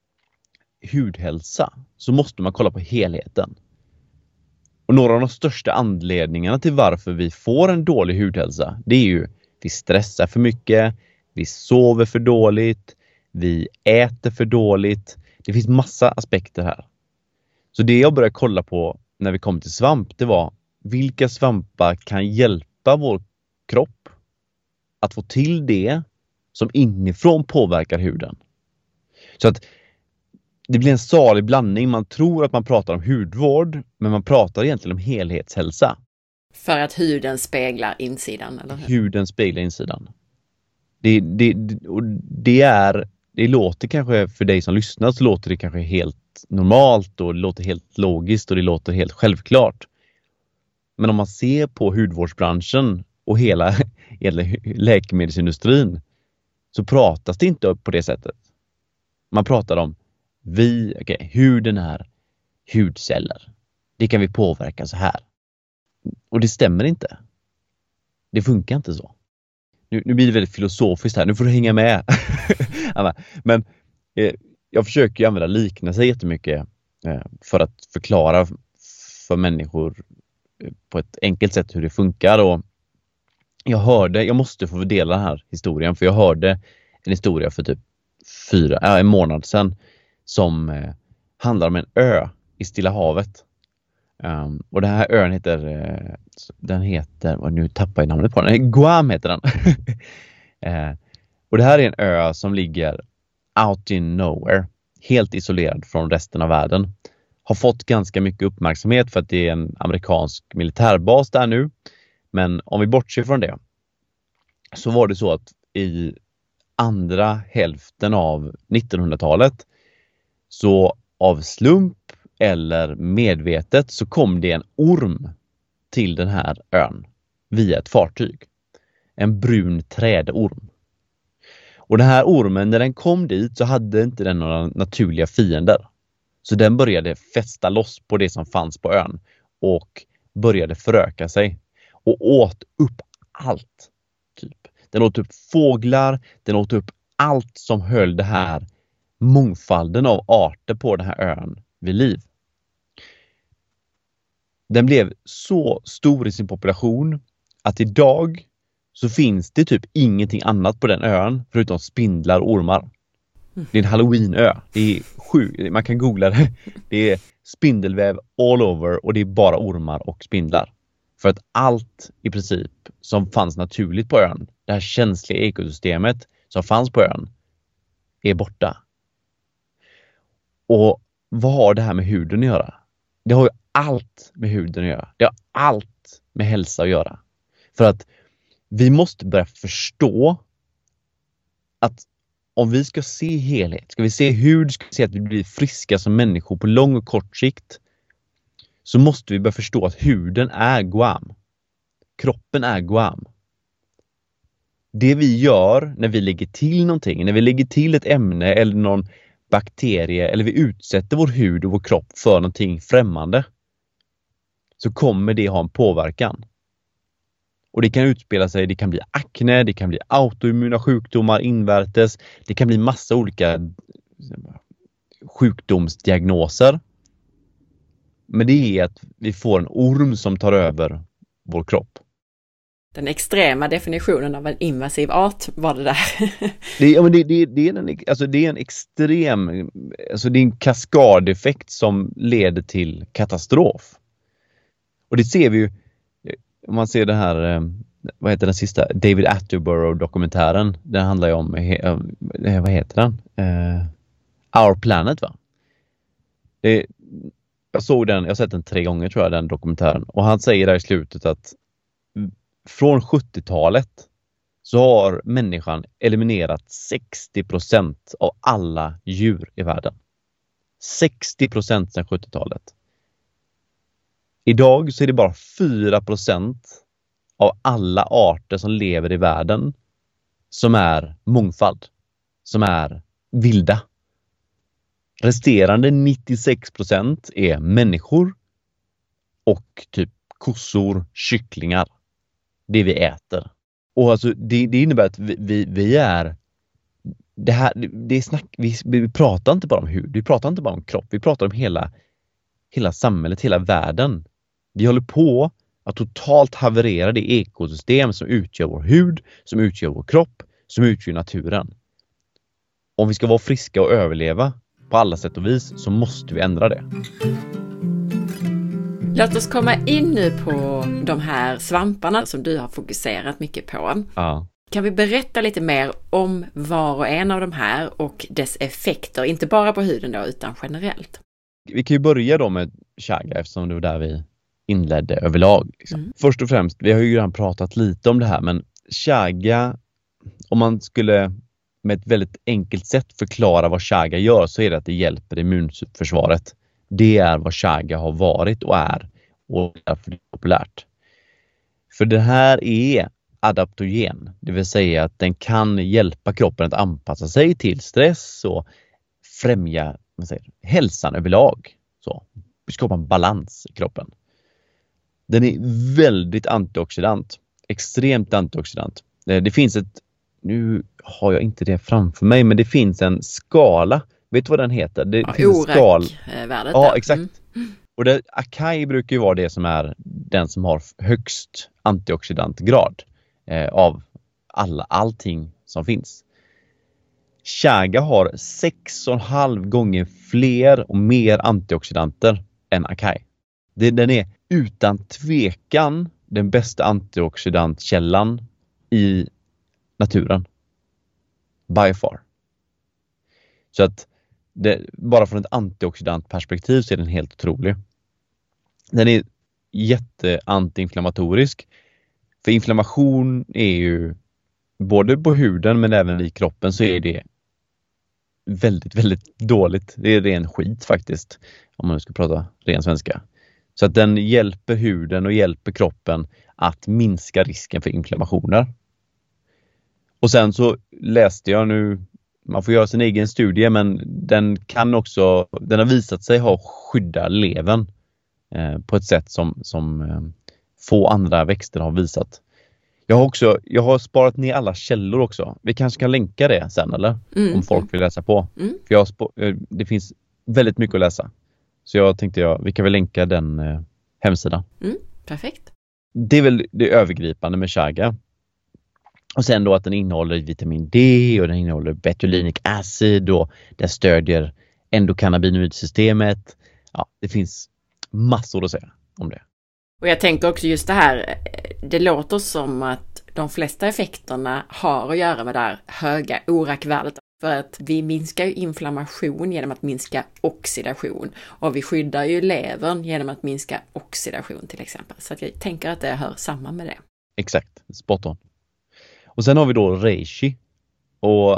Speaker 1: hudhälsa så måste man kolla på helheten. Och några av de största anledningarna till varför vi får en dålig hudhälsa, det är ju vi stressar för mycket, vi sover för dåligt, vi äter för dåligt. Det finns massa aspekter här. Så det jag började kolla på när vi kom till svamp, det var vilka svampar kan hjälpa vår kropp att få till det som inifrån påverkar huden. Så att det blir en salig blandning. Man tror att man pratar om hudvård, men man pratar egentligen om helhetshälsa.
Speaker 2: För att huden speglar insidan, eller hur?
Speaker 1: Huden speglar insidan. Det, det, och det, är, det låter kanske, för dig som lyssnar så låter det kanske helt normalt och det låter helt logiskt och det låter helt självklart. Men om man ser på hudvårdsbranschen och hela, hela läkemedelsindustrin så pratas det inte på det sättet. Man pratar om vi, okej, okay, huden är hudceller. Det kan vi påverka så här. Och det stämmer inte. Det funkar inte så. Nu, nu blir det väldigt filosofiskt här. Nu får du hänga med. Men eh, jag försöker ju använda liknelser jättemycket eh, för att förklara för människor eh, på ett enkelt sätt hur det funkar. Och jag hörde, jag måste få dela den här historien, för jag hörde en historia för typ fyra, äh, en månad sedan som eh, handlar om en ö i Stilla havet. Um, och den här ön heter, eh, den heter, vad nu tappar jag namnet på den, Guam heter den. eh, och det här är en ö som ligger out in nowhere, helt isolerad från resten av världen. Har fått ganska mycket uppmärksamhet för att det är en amerikansk militärbas där nu. Men om vi bortser från det så var det så att i andra hälften av nittonhundratalet så av slump eller medvetet så kom det en orm till den här ön via ett fartyg. En brun trädorm. Och den här ormen, när den kom dit så hade inte den några naturliga fiender. Så den började fästa loss på det som fanns på ön och började föröka sig. Och åt upp allt. Typ. Den åt upp fåglar, den åt upp allt som höll det här mångfalden av arter på den här ön vid liv. Den blev så stor i sin population att idag så finns det typ ingenting annat på den ön förutom spindlar och ormar. Det är en Halloween-ö. Det är sjukt. Man kan googla det. Det är spindelväv all over och det är bara ormar och spindlar. För att allt i princip som fanns naturligt på ön, det här känsliga ekosystemet som fanns på ön, är borta. Och vad har det här med huden att göra? Det har ju allt med huden att göra. Det har allt med hälsa att göra. För att vi måste börja förstå att om vi ska se helhet, ska vi se hud, ska vi se att vi blir friska som människor på lång och kort sikt, så måste vi börja förstå att huden är Guam. Kroppen är Guam. Det vi gör när vi lägger till någonting, när vi lägger till ett ämne eller någon bakterie, eller vi utsätter vår hud och vår kropp för någonting främmande, så kommer det ha en påverkan. Och det kan utspela sig, det kan bli akne, det kan bli autoimmuna sjukdomar invärtes, det kan bli massa olika sjukdomsdiagnoser. Men det är att vi får en orm som tar över vår kropp.
Speaker 2: Den extrema definitionen av en invasiv art var det där.
Speaker 1: det, ja, men det, det, det, är en, alltså det är en extrem, alltså det är en kaskadeffekt som leder till katastrof. Och det ser vi ju, om man ser det här, vad heter den sista, David Attenborough-dokumentären. Den handlar ju om, vad heter den? Uh, Our Planet, va? Det, jag såg den, jag har sett den tre gånger tror jag, den dokumentären. Och han säger där i slutet att från sjuttiotalet så har människan eliminerat sextio procent av alla djur i världen. sextio procent sedan sjuttiotalet. Idag så är det bara fyra procent av alla arter som lever i världen som är mångfald, som är vilda. Resterande nittiosex procent är människor och typ kossor, kycklingar. Det vi äter. Och alltså det, det innebär att vi, vi, vi är det här, det är snack, vi, vi pratar inte bara om hud, vi pratar inte bara om kropp, vi pratar om hela, hela samhället, hela världen. Vi håller på att totalt haverera det ekosystem som utgör vår hud, som utgör vår kropp, som utgör naturen. Om vi ska vara friska och överleva på alla sätt och vis så måste vi ändra det.
Speaker 2: Låt oss komma in nu på de här svamparna som du har fokuserat mycket på.
Speaker 1: Ja.
Speaker 2: Kan vi berätta lite mer om var och en av de här och dess effekter, inte bara på huden då utan generellt?
Speaker 1: Vi kan ju börja då med chaga eftersom det var där vi inledde överlag. Liksom. Mm. Först och främst, vi har ju redan pratat lite om det här, men chaga, om man skulle med ett väldigt enkelt sätt förklara vad chaga gör så är det att det hjälper immunförsvaret. Det är vad chaga har varit och är och därför är det populärt. För det här är adaptogen, det vill säga att den kan hjälpa kroppen att anpassa sig till stress och främja vad säger, hälsan överlag. Så, skapa en balans i kroppen. Den är väldigt antioxidant, extremt antioxidant. Det finns ett, nu har jag inte det framför mig, men det finns en skala. Vet du vad den heter? Det
Speaker 2: ja,
Speaker 1: finns en skal.
Speaker 2: Värdet
Speaker 1: ja,
Speaker 2: där.
Speaker 1: exakt. Mm. Och det, Acai brukar ju vara det som är den som har högst antioxidantgrad eh, av alla, allting som finns. Chaga har sex och en halv gånger fler och mer antioxidanter än Acai. Det, den är utan tvekan den bästa antioxidantkällan i naturen. By far. Så att det, bara från ett antioxidantperspektiv så är den helt otrolig. Den är jätteantiinflammatorisk. För inflammation är ju både på huden men även i kroppen så är det väldigt, väldigt dåligt. Det är ren skit faktiskt. Om man nu ska prata ren svenska. Så att den hjälper huden och hjälper kroppen att minska risken för inflammationer. Och sen så läste jag nu, man får göra sin egen studie, men den kan också, den har visat sig ha skydda levern eh, på ett sätt som, som eh, få andra växter har visat. Jag har också, jag har sparat ner alla källor också. Vi kanske kan länka det sen eller? Mm, om folk vill läsa på. Mm. För jag har, det finns väldigt mycket att läsa. Så jag tänkte, ja, vi kan väl länka den eh, hemsidan.
Speaker 2: Mm, perfekt.
Speaker 1: Det är väl det övergripande med chaga. Och sen då att den innehåller vitamin D och den innehåller betulinic acid och den stödjer endokannabinoidsystemet. Ja, det finns massor att säga om det.
Speaker 2: Och jag tänker också just det här, det låter som att de flesta effekterna har att göra med det här höga O R A C-värdet. För att vi minskar ju inflammation genom att minska oxidation. Och vi skyddar ju levern genom att minska oxidation till exempel. Så att jag tänker att det hör samman med det.
Speaker 1: Exakt, spot on. Och sen har vi då reishi. Och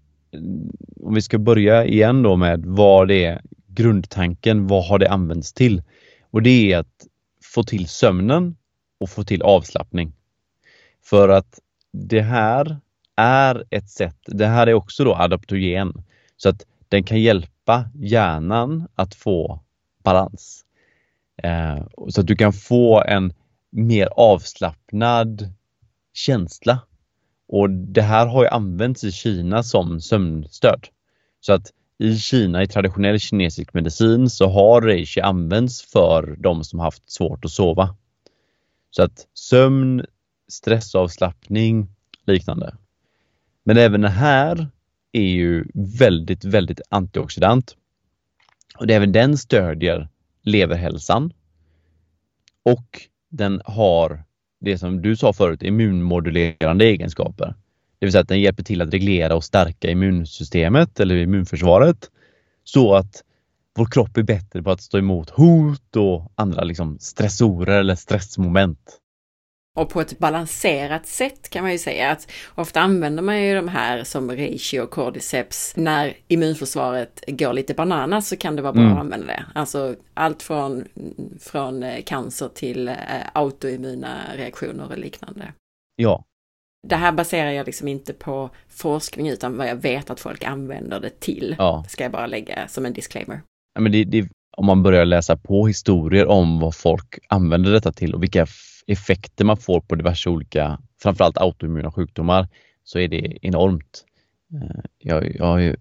Speaker 1: om vi ska börja igen då med vad det är, grundtanken, vad har det använts till? Och det är att få till sömnen och få till avslappning. För att det här är ett sätt, det här är också då adaptogen. Så att den kan hjälpa hjärnan att få balans. Eh, så att du kan få en mer avslappnad känsla. Och det här har ju använts i Kina som sömnstöd. Så att i Kina, i traditionell kinesisk medicin, så har reishi använts för de som haft svårt att sova. Så att sömn, stressavslappning, liknande. Men även det här är ju väldigt, väldigt antioxidant. Och även den stödjer leverhälsan. Och den har det som du sa förut, immunmodulerande egenskaper. Det vill säga att den hjälper till att reglera och stärka immunsystemet eller immunförsvaret. Så att vår kropp är bättre på att stå emot hot och andra liksom stressorer eller stressmoment.
Speaker 2: Och på ett balanserat sätt kan man ju säga att ofta använder man ju de här som reishi och cordyceps. När immunförsvaret går lite bananas så kan det vara bra mm. att använda det. Alltså allt från, från cancer till eh, autoimmuna reaktioner och liknande.
Speaker 1: Ja.
Speaker 2: Det här baserar jag liksom inte på forskning utan vad jag vet att folk använder det till.
Speaker 1: Ja.
Speaker 2: Det ska jag bara lägga som en disclaimer.
Speaker 1: Ja, men det, det, om man börjar läsa på historier om vad folk använder detta till och vilka effekter man får på diverse olika, framförallt autoimmuna sjukdomar, så är det enormt. Jag, jag är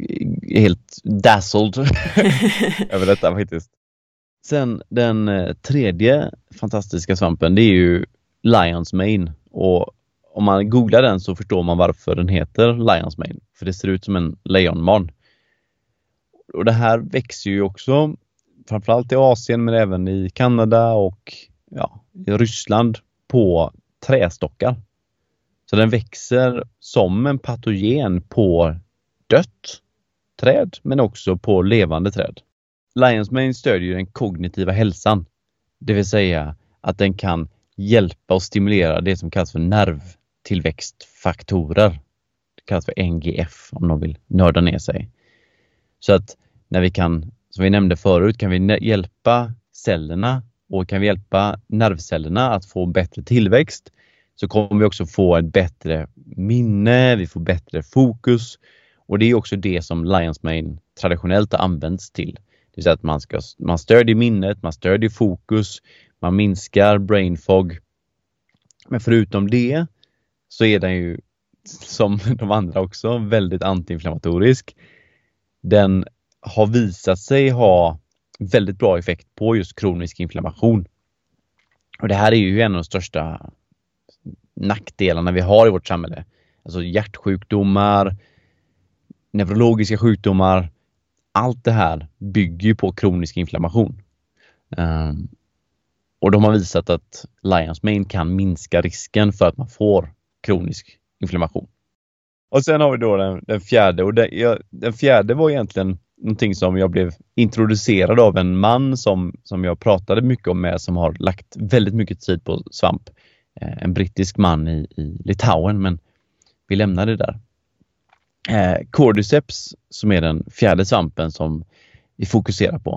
Speaker 1: helt dazzled över detta faktiskt. Sen den tredje fantastiska svampen, det är ju Lion's Mane. Och om man googlar den så förstår man varför den heter Lion's Mane. För det ser ut som en lejonman. Och det här växer ju också framförallt i Asien men även i Kanada och ja, i Ryssland på trästockar. Så den växer som en patogen på dött träd men också på levande träd. Lion's Mane stödjer den kognitiva hälsan. Det vill säga att den kan hjälpa och stimulera det som kallas för nervtillväxtfaktorer. Det kallas för N G F om någon vill nörda ner sig. Så att när vi kan, som vi nämnde förut, kan vi hjälpa cellerna och kan vi hjälpa nervcellerna att få bättre tillväxt, så kommer vi också få ett bättre minne, vi får bättre fokus. Och det är också det som Lion's Mane traditionellt har använts till. Det vill säga att man, ska, man stödjer minnet, man stödjer fokus, man minskar brain fog. Men förutom det så är den ju, som de andra också, väldigt antiinflammatorisk. Den har visat sig ha väldigt bra effekt på just kronisk inflammation. Och det här är ju en av de största nackdelarna vi har i vårt samhälle. Alltså hjärtsjukdomar, neurologiska sjukdomar. Allt det här bygger ju på kronisk inflammation. Um, och de har visat att Lion's Mane kan minska risken för att man får kronisk inflammation. Och sen har vi då den, den fjärde. Och den, ja, den fjärde var egentligen någonting som jag blev introducerad av en man som, som jag pratade mycket om med, som har lagt väldigt mycket tid på svamp. Eh, en brittisk man i, i Litauen, men vi lämnar det där. Eh, Cordyceps, som är den fjärde svampen som vi fokuserar på.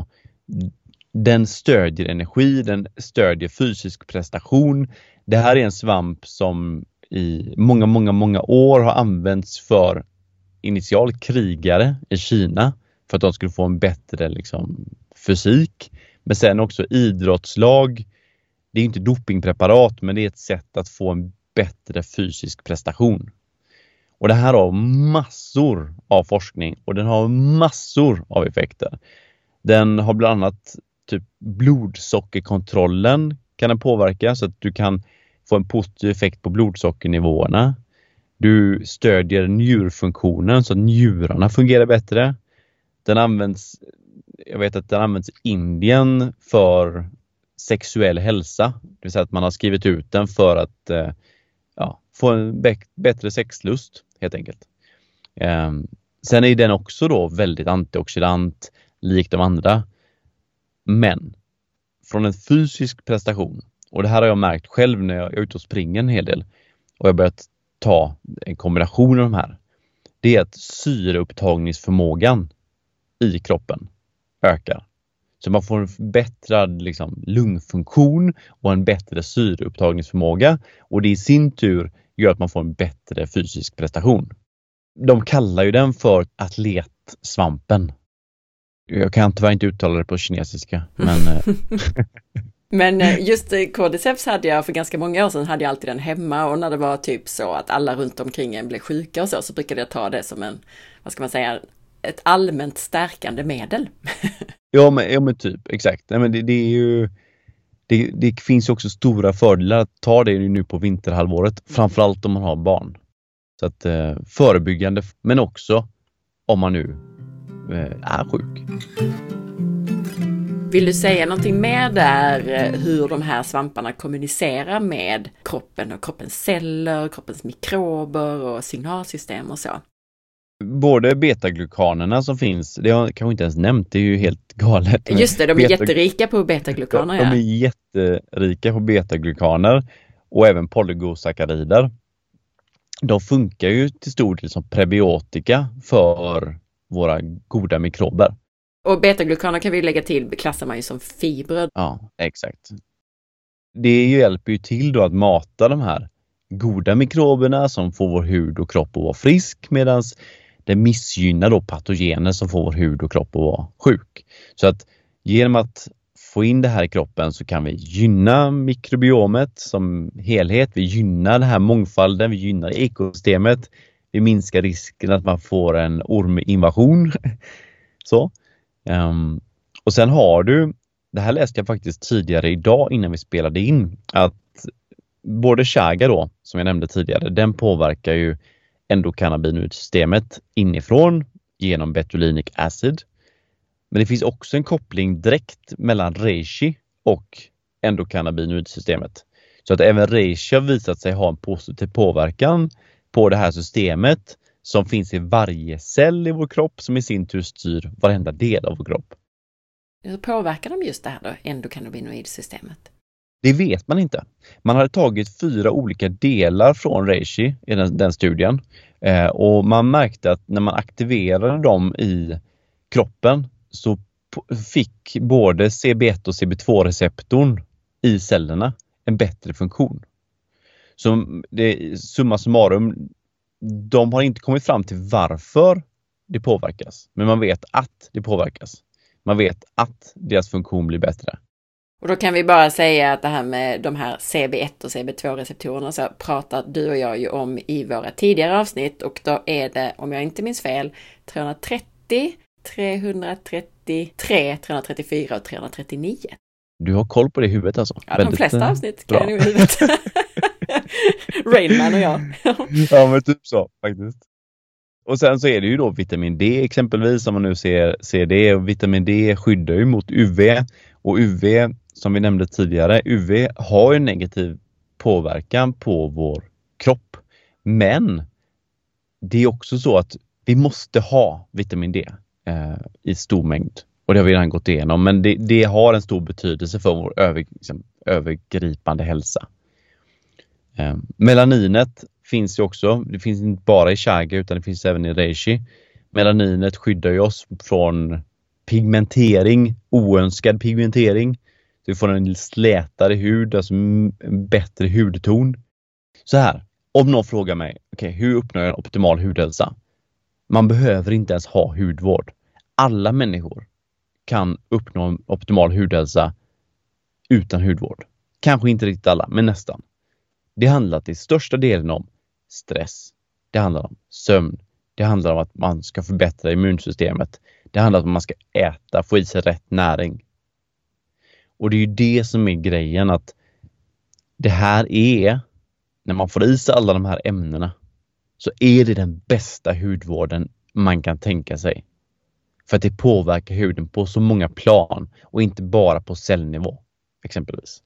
Speaker 1: Den stödjer energi, den stödjer fysisk prestation. Det här är en svamp som i många, många, många år har använts för initial krigare i Kina för att de skulle få en bättre liksom, fysik. Men sen också idrottslag. Det är inte dopingpreparat, men det är ett sätt att få en bättre fysisk prestation. Och det här har massor av forskning och den har massor av effekter. Den har bland annat typ blodsockerkontrollen kan den påverka så att du kan få en positiv effekt på blodsockernivåerna. Du stödjer njurfunktionen så att njurarna fungerar bättre. Den används, jag vet att den används i Indien för sexuell hälsa. Det vill säga att man har skrivit ut den för att ja, få en bättre sexlust helt enkelt. Sen är den också då väldigt antioxidant likt de andra. Men från en fysisk prestation, och det här har jag märkt själv när jag är ute och springer en hel del och jag har börjat ta en kombination av de här, det är att syreupptagningsförmågan i kroppen ökar. Så man får en förbättrad liksom, lungfunktion och en bättre syreupptagningsförmåga, och det i sin tur gör att man får en bättre fysisk prestation. De kallar ju den för atletsvampen. Jag kan tyvärr inte uttala det på kinesiska, men...
Speaker 2: Men just Cordyceps hade jag för ganska många år sedan, hade jag alltid den hemma, och när det var typ så att alla runt omkring en blev sjuka och så, så brukade jag ta det som en, vad ska man säga, ett allmänt stärkande medel.
Speaker 1: Ja men, ja, men typ, exakt. Nej, men det, det är ju... Det, det finns ju också stora fördelar att ta det nu på vinterhalvåret, framförallt om man har barn. Så att eh, förebyggande, men också om man nu eh, är sjuk.
Speaker 2: Vill du säga någonting mer där, hur de här svamparna kommunicerar med kroppen och kroppens celler, kroppens mikrober och signalsystem och så?
Speaker 1: Både betaglukanerna som finns, det har jag kanske inte ens nämnt, det är ju helt galet.
Speaker 2: Just det, de är
Speaker 1: beta-
Speaker 2: jätterika på betaglukaner.
Speaker 1: De, de är jätterika på betaglukaner och även polygosackarider. De funkar ju till stor del som prebiotika för våra goda mikrober.
Speaker 2: Och betaglukaner kan vi lägga till, klassar man ju som fibrer.
Speaker 1: Ja, exakt. Det hjälper ju till då att mata de här goda mikroberna som får vår hud och kropp att vara frisk, medan det missgynnar då patogener som får vår hud och kropp att vara sjuk. Så att genom att få in det här i kroppen så kan vi gynna mikrobiomet som helhet. Vi gynnar den här mångfalden, vi gynnar ekosystemet. Vi minskar risken att man får en orminvasion. Så. Um, och sen har du, det här läste jag faktiskt tidigare idag innan vi spelade in, att både chaga då, som jag nämnde tidigare, den påverkar ju endokannabinoidsystemet inifrån genom betulinic acid. Men det finns också en koppling direkt mellan reishi och endokannabinoidsystemet. Så att även reishi har visat sig ha en positiv påverkan på det här systemet som finns i varje cell i vår kropp, som i sin tur styr varenda del av vår kropp.
Speaker 2: Hur påverkar de just det här då, endokannabinoidsystemet?
Speaker 1: Det vet man inte. Man hade tagit fyra olika delar från reishi i den, den studien. Eh, och man märkte att när man aktiverade dem i kroppen så p- fick både C B ett och C B två-receptorn i cellerna en bättre funktion. Så det, summa summarum, de har inte kommit fram till varför det påverkas. Men man vet att det påverkas. Man vet att deras funktion blir bättre.
Speaker 2: Och då kan vi bara säga att det här med de här C B ett och C B två-receptorerna så pratar du och jag ju om i våra tidigare avsnitt. Och då är det, om jag inte minns fel, trehundratrettio, trehundratrettiotre, trehundratrettiofyra och trehundratrettionio.
Speaker 1: Du har koll på det i huvudet alltså?
Speaker 2: Ja, de flesta avsnitt kan jag nog i huvudet. Rainman och jag.
Speaker 1: Ja, men typ så faktiskt. Och sen så är det ju då vitamin D exempelvis, om man nu ser, ser det. Och vitamin D skyddar ju mot U V. Och U V, som vi nämnde tidigare, U V har ju negativ påverkan på vår kropp. Men det är också så att vi måste ha vitamin D eh, i stor mängd. Och det har vi redan gått igenom. Men det, det har en stor betydelse för vår över, liksom, övergripande hälsa. Eh, melaninet finns ju också. Det finns inte bara i chaga utan det finns även i reishi. Melaninet skyddar ju oss från pigmentering, oönskad pigmentering. Så vi får en slätare hud, alltså en bättre hudton. Så här, om någon frågar mig, okej, okay, hur uppnår jag en optimal hudhälsa? Man behöver inte ens ha hudvård. Alla människor kan uppnå en optimal hudhälsa utan hudvård. Kanske inte riktigt alla, men nästan. Det handlar till största delen om stress. Det handlar om sömn. Det handlar om att man ska förbättra immunsystemet. Det handlar om att man ska äta, få i sig rätt näring. Och det är ju det som är grejen, att det här är, när man får i sig alla de här ämnena, så är det den bästa hudvården man kan tänka sig. För att det påverkar huden på så många plan och inte bara på cellnivå exempelvis.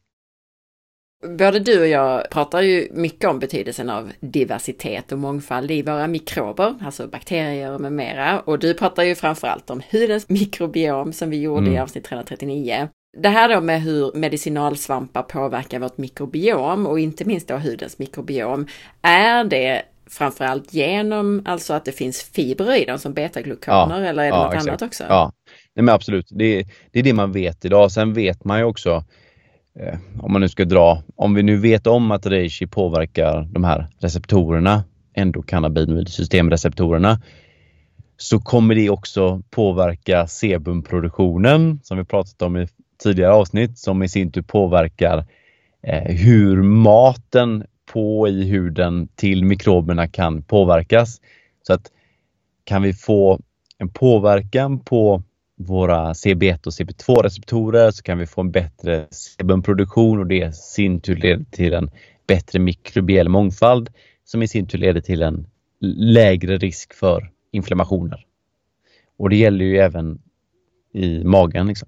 Speaker 2: Både du och jag pratar ju mycket om betydelsen av diversitet och mångfald i våra mikrober, alltså bakterier med mera. Och du pratar ju framförallt om hudens mikrobiom som vi gjorde mm. i avsnitt trehundratrettionio. Det här då med hur medicinalsvampar påverkar vårt mikrobiom och inte minst då hudens mikrobiom, är det framförallt genom alltså att det finns fibrer i dem som betaglukaner, ja, eller är det ja, något exakt. annat också?
Speaker 1: Ja, nej, men absolut. Det, det är det man vet idag. Sen vet man ju också, eh, om man nu ska dra, om vi nu vet om att reishi påverkar de här receptorerna, endokannabinoidsystemreceptorerna, så kommer det också påverka sebumproduktionen som vi pratat om i tidigare avsnitt, som i sin tur påverkar eh, hur maten på i huden till mikroberna kan påverkas. Så att kan vi få en påverkan på våra C B ett och C B två-receptorer så kan vi få en bättre sebumproduktion, och det i sin tur leder till en bättre mikrobiell mångfald som i sin tur leder till en lägre risk för inflammationer. Och det gäller ju även i magen liksom.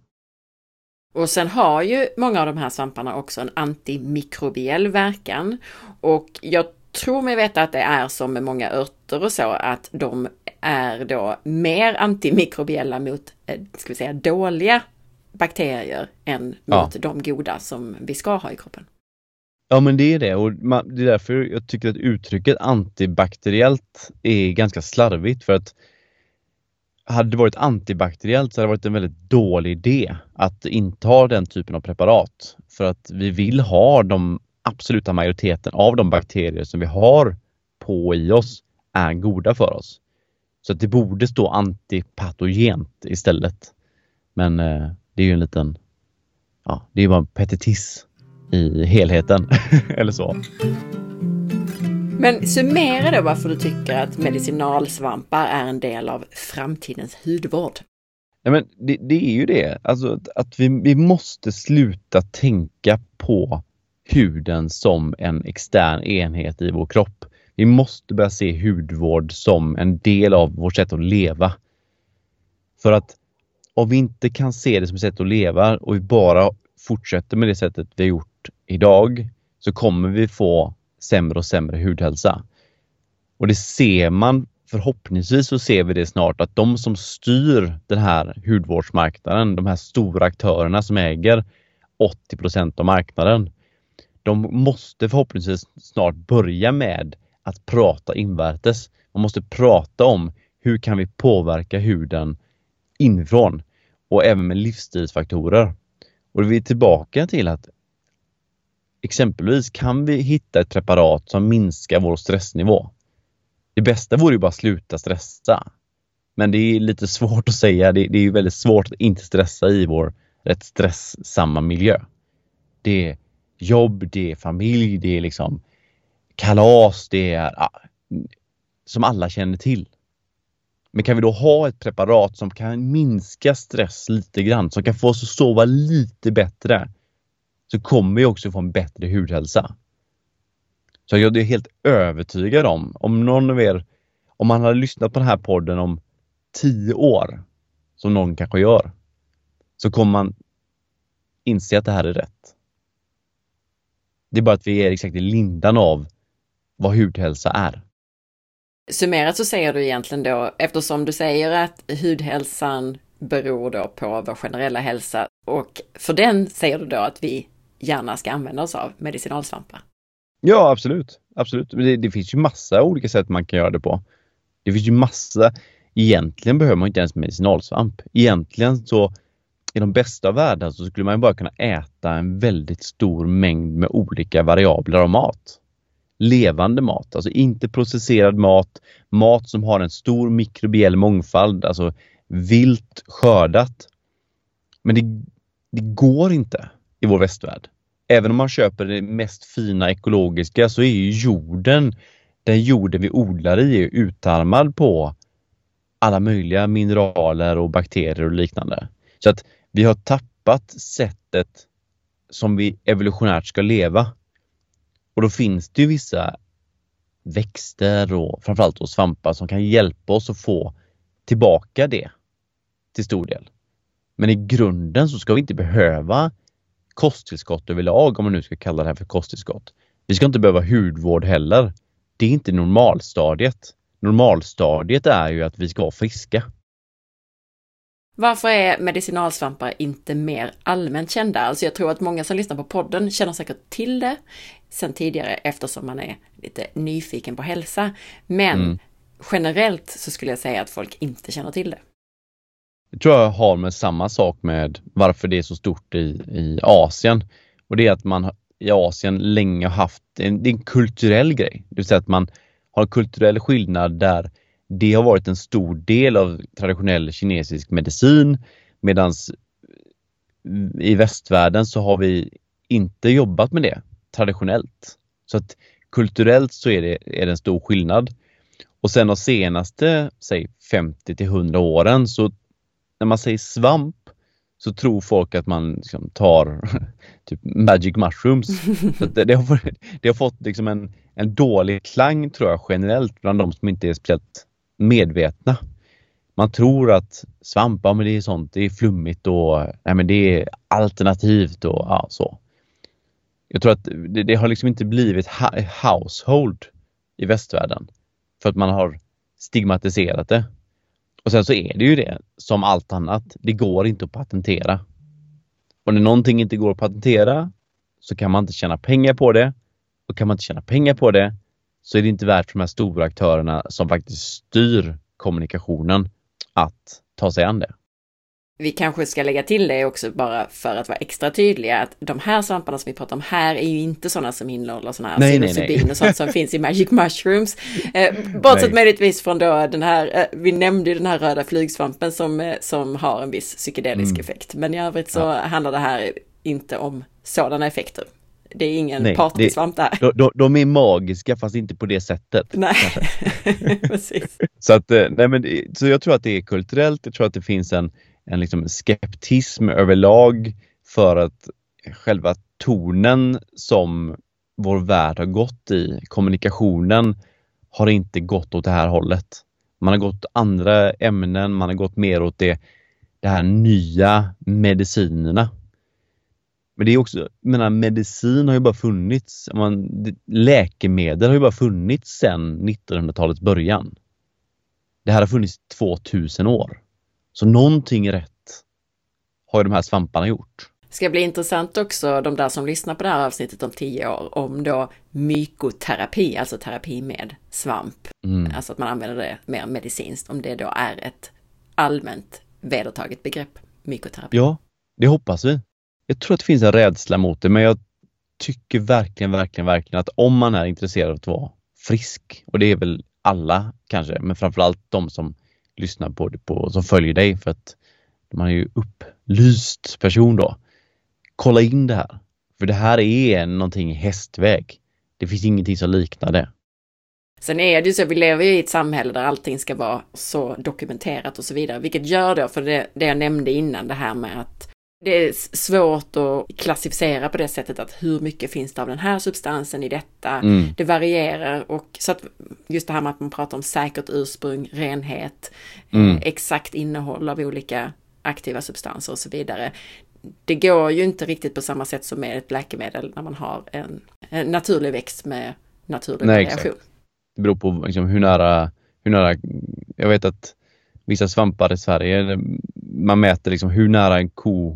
Speaker 2: Och sen har ju många av de här svamparna också en antimikrobiell verkan. Och jag tror mig veta att det är som med många örter och så, att de är då mer antimikrobiella mot, ska vi säga, dåliga bakterier än mot ja. de goda som vi ska ha i kroppen.
Speaker 1: Ja, men det är det, och man, det är därför jag tycker att uttrycket antibakteriellt är ganska slarvigt, för att hade det varit antibakteriellt så hade det varit en väldigt dålig idé att inte ha den typen av preparat, för att vi vill ha de absoluta majoriteten av de bakterier som vi har på i oss är goda för oss. Så att det borde stå antipatogent istället. Men eh, det är ju en liten, ja, det är ju bara en petitiss i helheten eller så.
Speaker 2: Men summera då varför du tycker att medicinalsvampar är en del av framtidens hudvård.
Speaker 1: Ja, men det, det är ju det. Alltså att, att vi, vi måste sluta tänka på huden som en extern enhet i vår kropp. Vi måste börja se hudvård som en del av vårt sätt att leva. För att om vi inte kan se det som ett sätt att leva och vi bara fortsätter med det sättet vi har gjort idag, så kommer vi få sämre och sämre hudhälsa. Och det ser man, förhoppningsvis så ser vi det snart, att de som styr den här hudvårdsmarknaden, de här stora aktörerna som äger åttio procent av marknaden, de måste förhoppningsvis snart börja med att prata invärtes. Man måste prata om hur kan vi påverka huden inifrån, och även med livsstilsfaktorer. Och vi är tillbaka till att exempelvis kan vi hitta ett preparat som minskar vår stressnivå. Det bästa vore ju bara sluta stressa. Men det är lite svårt att säga. Det, det är ju väldigt svårt att inte stressa i vår rätt stressamma miljö. Det är jobb, det är familj, det är liksom kalas, det är ja, som alla känner till. Men kan vi då ha ett preparat som kan minska stress lite grann, som kan få oss att sova lite bättre, så kommer vi också få en bättre hudhälsa. Så jag är helt övertygad om, om någon av er, om man hade lyssnat på den här podden om tio år, som någon kanske gör, så kommer man inse att det här är rätt. Det är bara att vi är exakt i lindan av vad hudhälsa är.
Speaker 2: Summerat så säger du egentligen då, eftersom du säger att hudhälsan beror då på vår generella hälsa, och för den säger du då att vi gärna ska använda oss av medicinalsvampar.
Speaker 1: Ja, absolut. absolut. Det, det finns ju massa olika sätt man kan göra det på. Det finns ju massa. Egentligen behöver man inte ens medicinalsvamp. Egentligen så i de bästa av världar så skulle man bara kunna äta en väldigt stor mängd med olika variabler av mat. Levande mat, alltså inte processerad mat. Mat som har en stor mikrobiell mångfald, alltså vilt skördat. Men det, det går inte i vår västvärld. Även om man köper det mest fina ekologiska, så är ju jorden, den jorden vi odlar i, är utarmad på alla möjliga mineraler och bakterier och liknande. Så att vi har tappat sättet som vi evolutionärt ska leva. Och då finns det ju vissa växter och framförallt då svampar som kan hjälpa oss att få tillbaka det till stor del. Men i grunden så ska vi inte behöva kosttillskott överlag, om man nu ska kalla det här för kosttillskott. Vi ska inte behöva hudvård heller. Det är inte normalstadiet. Normalstadiet är ju att vi ska vara friska.
Speaker 2: Varför är medicinalsvampar inte mer allmänt kända? Alltså jag tror att många som lyssnar på podden känner säkert till det sen tidigare, eftersom man är lite nyfiken på hälsa. Men mm. generellt så skulle jag säga att folk inte känner till det.
Speaker 1: Jag tror jag har med samma sak med varför det är så stort i, i Asien. Och det är att man i Asien länge har haft en, det är en kulturell grej. Det vill säga att man har en kulturell skillnad där det har varit en stor del av traditionell kinesisk medicin. Medan i västvärlden så har vi inte jobbat med det traditionellt. Så att kulturellt så är det, är det en stor skillnad. Och sen de senaste, säg femtio till hundra åren, så när man säger svamp så tror folk att man liksom tar typ magic mushrooms. Så det, det, har, det har fått liksom en, en dålig klang, tror jag, generellt bland de som inte är speciellt medvetna. Man tror att svampar, men det är sånt, det är flummigt och nej, men det är alternativt och ja, så. Jag tror att det, det har liksom inte blivit household i västvärlden för att man har stigmatiserat det. Och sen så är det ju det, som allt annat, det går inte att patentera. Och när någonting inte går att patentera så kan man inte tjäna pengar på det. Och kan man inte tjäna pengar på det så är det inte värt för de här stora aktörerna som faktiskt styr kommunikationen att ta sig an det.
Speaker 2: Vi kanske ska lägga till det också bara för att vara extra tydliga att de här svamparna som vi pratar om här är ju inte sådana som innehåller sådana här psilocybin och sånt som finns i Magic Mushrooms. Eh, bortsett möjligtvis från då den här, eh, vi nämnde ju den här röda flygsvampen som, eh, som har en viss psykedelisk mm. effekt. Men i övrigt så ja. handlar det här inte om sådana effekter. Det är ingen nej, partysvamp där.
Speaker 1: De, de, de är magiska fast inte på det sättet.
Speaker 2: Nej, precis.
Speaker 1: Så, att, nej, men, så jag tror att det är kulturellt, jag tror att det finns en en liksom skeptism överlag för att själva tonen som vår värld har gått i, kommunikationen har inte gått åt det här hållet. Man har gått andra ämnen, man har gått mer åt det, det här nya medicinerna. Men det är också, jag menar, medicin har ju bara funnits, man, läkemedel har ju bara funnits sedan nittonhundratalets början. Det här har funnits tvåtusen år. Så någonting rätt har ju de här svamparna gjort.
Speaker 2: Det ska bli intressant också, de där som lyssnar på det här avsnittet om tio år, om då mykoterapi, alltså terapi med svamp. Mm. Alltså att man använder det mer medicinskt, om det då är ett allmänt vedertaget begrepp, mykoterapi.
Speaker 1: Ja, det hoppas vi. Jag tror att det finns en rädsla mot det, men jag tycker verkligen, verkligen, verkligen att om man är intresserad av att vara frisk, och det är väl alla kanske, men framförallt de som lyssnar på det på, som följer dig, för att man är ju upplyst person då. Kolla in det här. För det här är någonting i hästväg. Det finns ingenting som liknar det.
Speaker 2: Sen är det ju så, vi lever ju i ett samhälle där allting ska vara så dokumenterat och så vidare. Vilket gör då, för det, det jag nämnde innan, det här med att det är svårt att klassificera på det sättet att hur mycket finns det av den här substansen i detta. Mm. Det varierar, och så att just det här med att man pratar om säkert ursprung, renhet, mm. eh, exakt innehåll av olika aktiva substanser och så vidare. Det går ju inte riktigt på samma sätt som med ett läkemedel när man har en, en naturlig växt med naturlig Nej, variation. Exakt.
Speaker 1: Det beror på liksom, hur nära, hur nära, jag vet att vissa svampar i Sverige, man mäter liksom hur nära en ko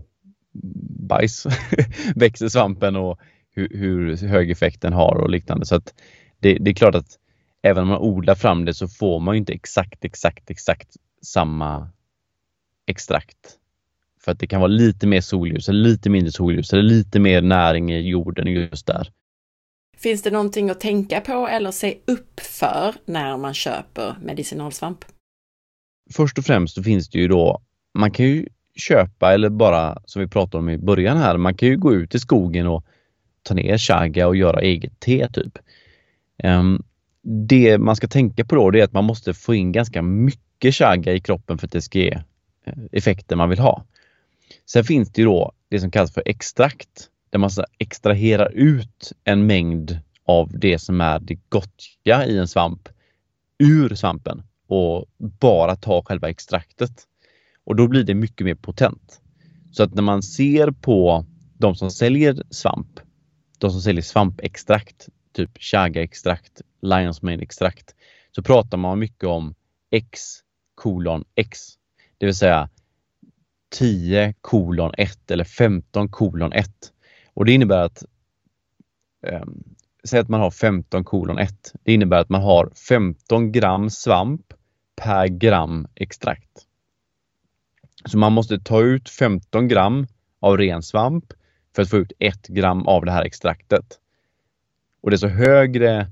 Speaker 1: bajs växer svampen och hur, hur hög effekt den har och liknande. Så att det, det är klart att även om man odlar fram det så får man ju inte exakt, exakt, exakt samma extrakt. För att det kan vara lite mer solljus eller lite mindre solljus eller lite mer näring i jorden just där.
Speaker 2: Finns det någonting att tänka på eller se upp för när man köper medicinalsvamp?
Speaker 1: Först och främst så finns det ju då, man kan ju köpa, eller bara som vi pratade om i början här, man kan ju gå ut i skogen och ta ner chaga och göra eget te typ. Um, det man ska tänka på då, det är att man måste få in ganska mycket chaga i kroppen för att det ska ge effekter man vill ha. Sen finns det ju då det som kallas för extrakt, där man extraherar ut en mängd av det som är det gottiga i en svamp ur svampen och bara ta själva extraktet. Och då blir det mycket mer potent. Så att när man ser på de som säljer svamp, de som säljer svampextrakt, typ chaga-extrakt, lion's mane-extrakt, så pratar man mycket om X kolon X. Det vill säga tio kolon ett eller femton kolon ett. Och det innebär att eh, säg att man har femton kolon ett. Det innebär att man har femton gram svamp per gram extrakt. Så man måste ta ut femton gram av ren svamp för att få ut ett gram av det här extraktet. Och desto högre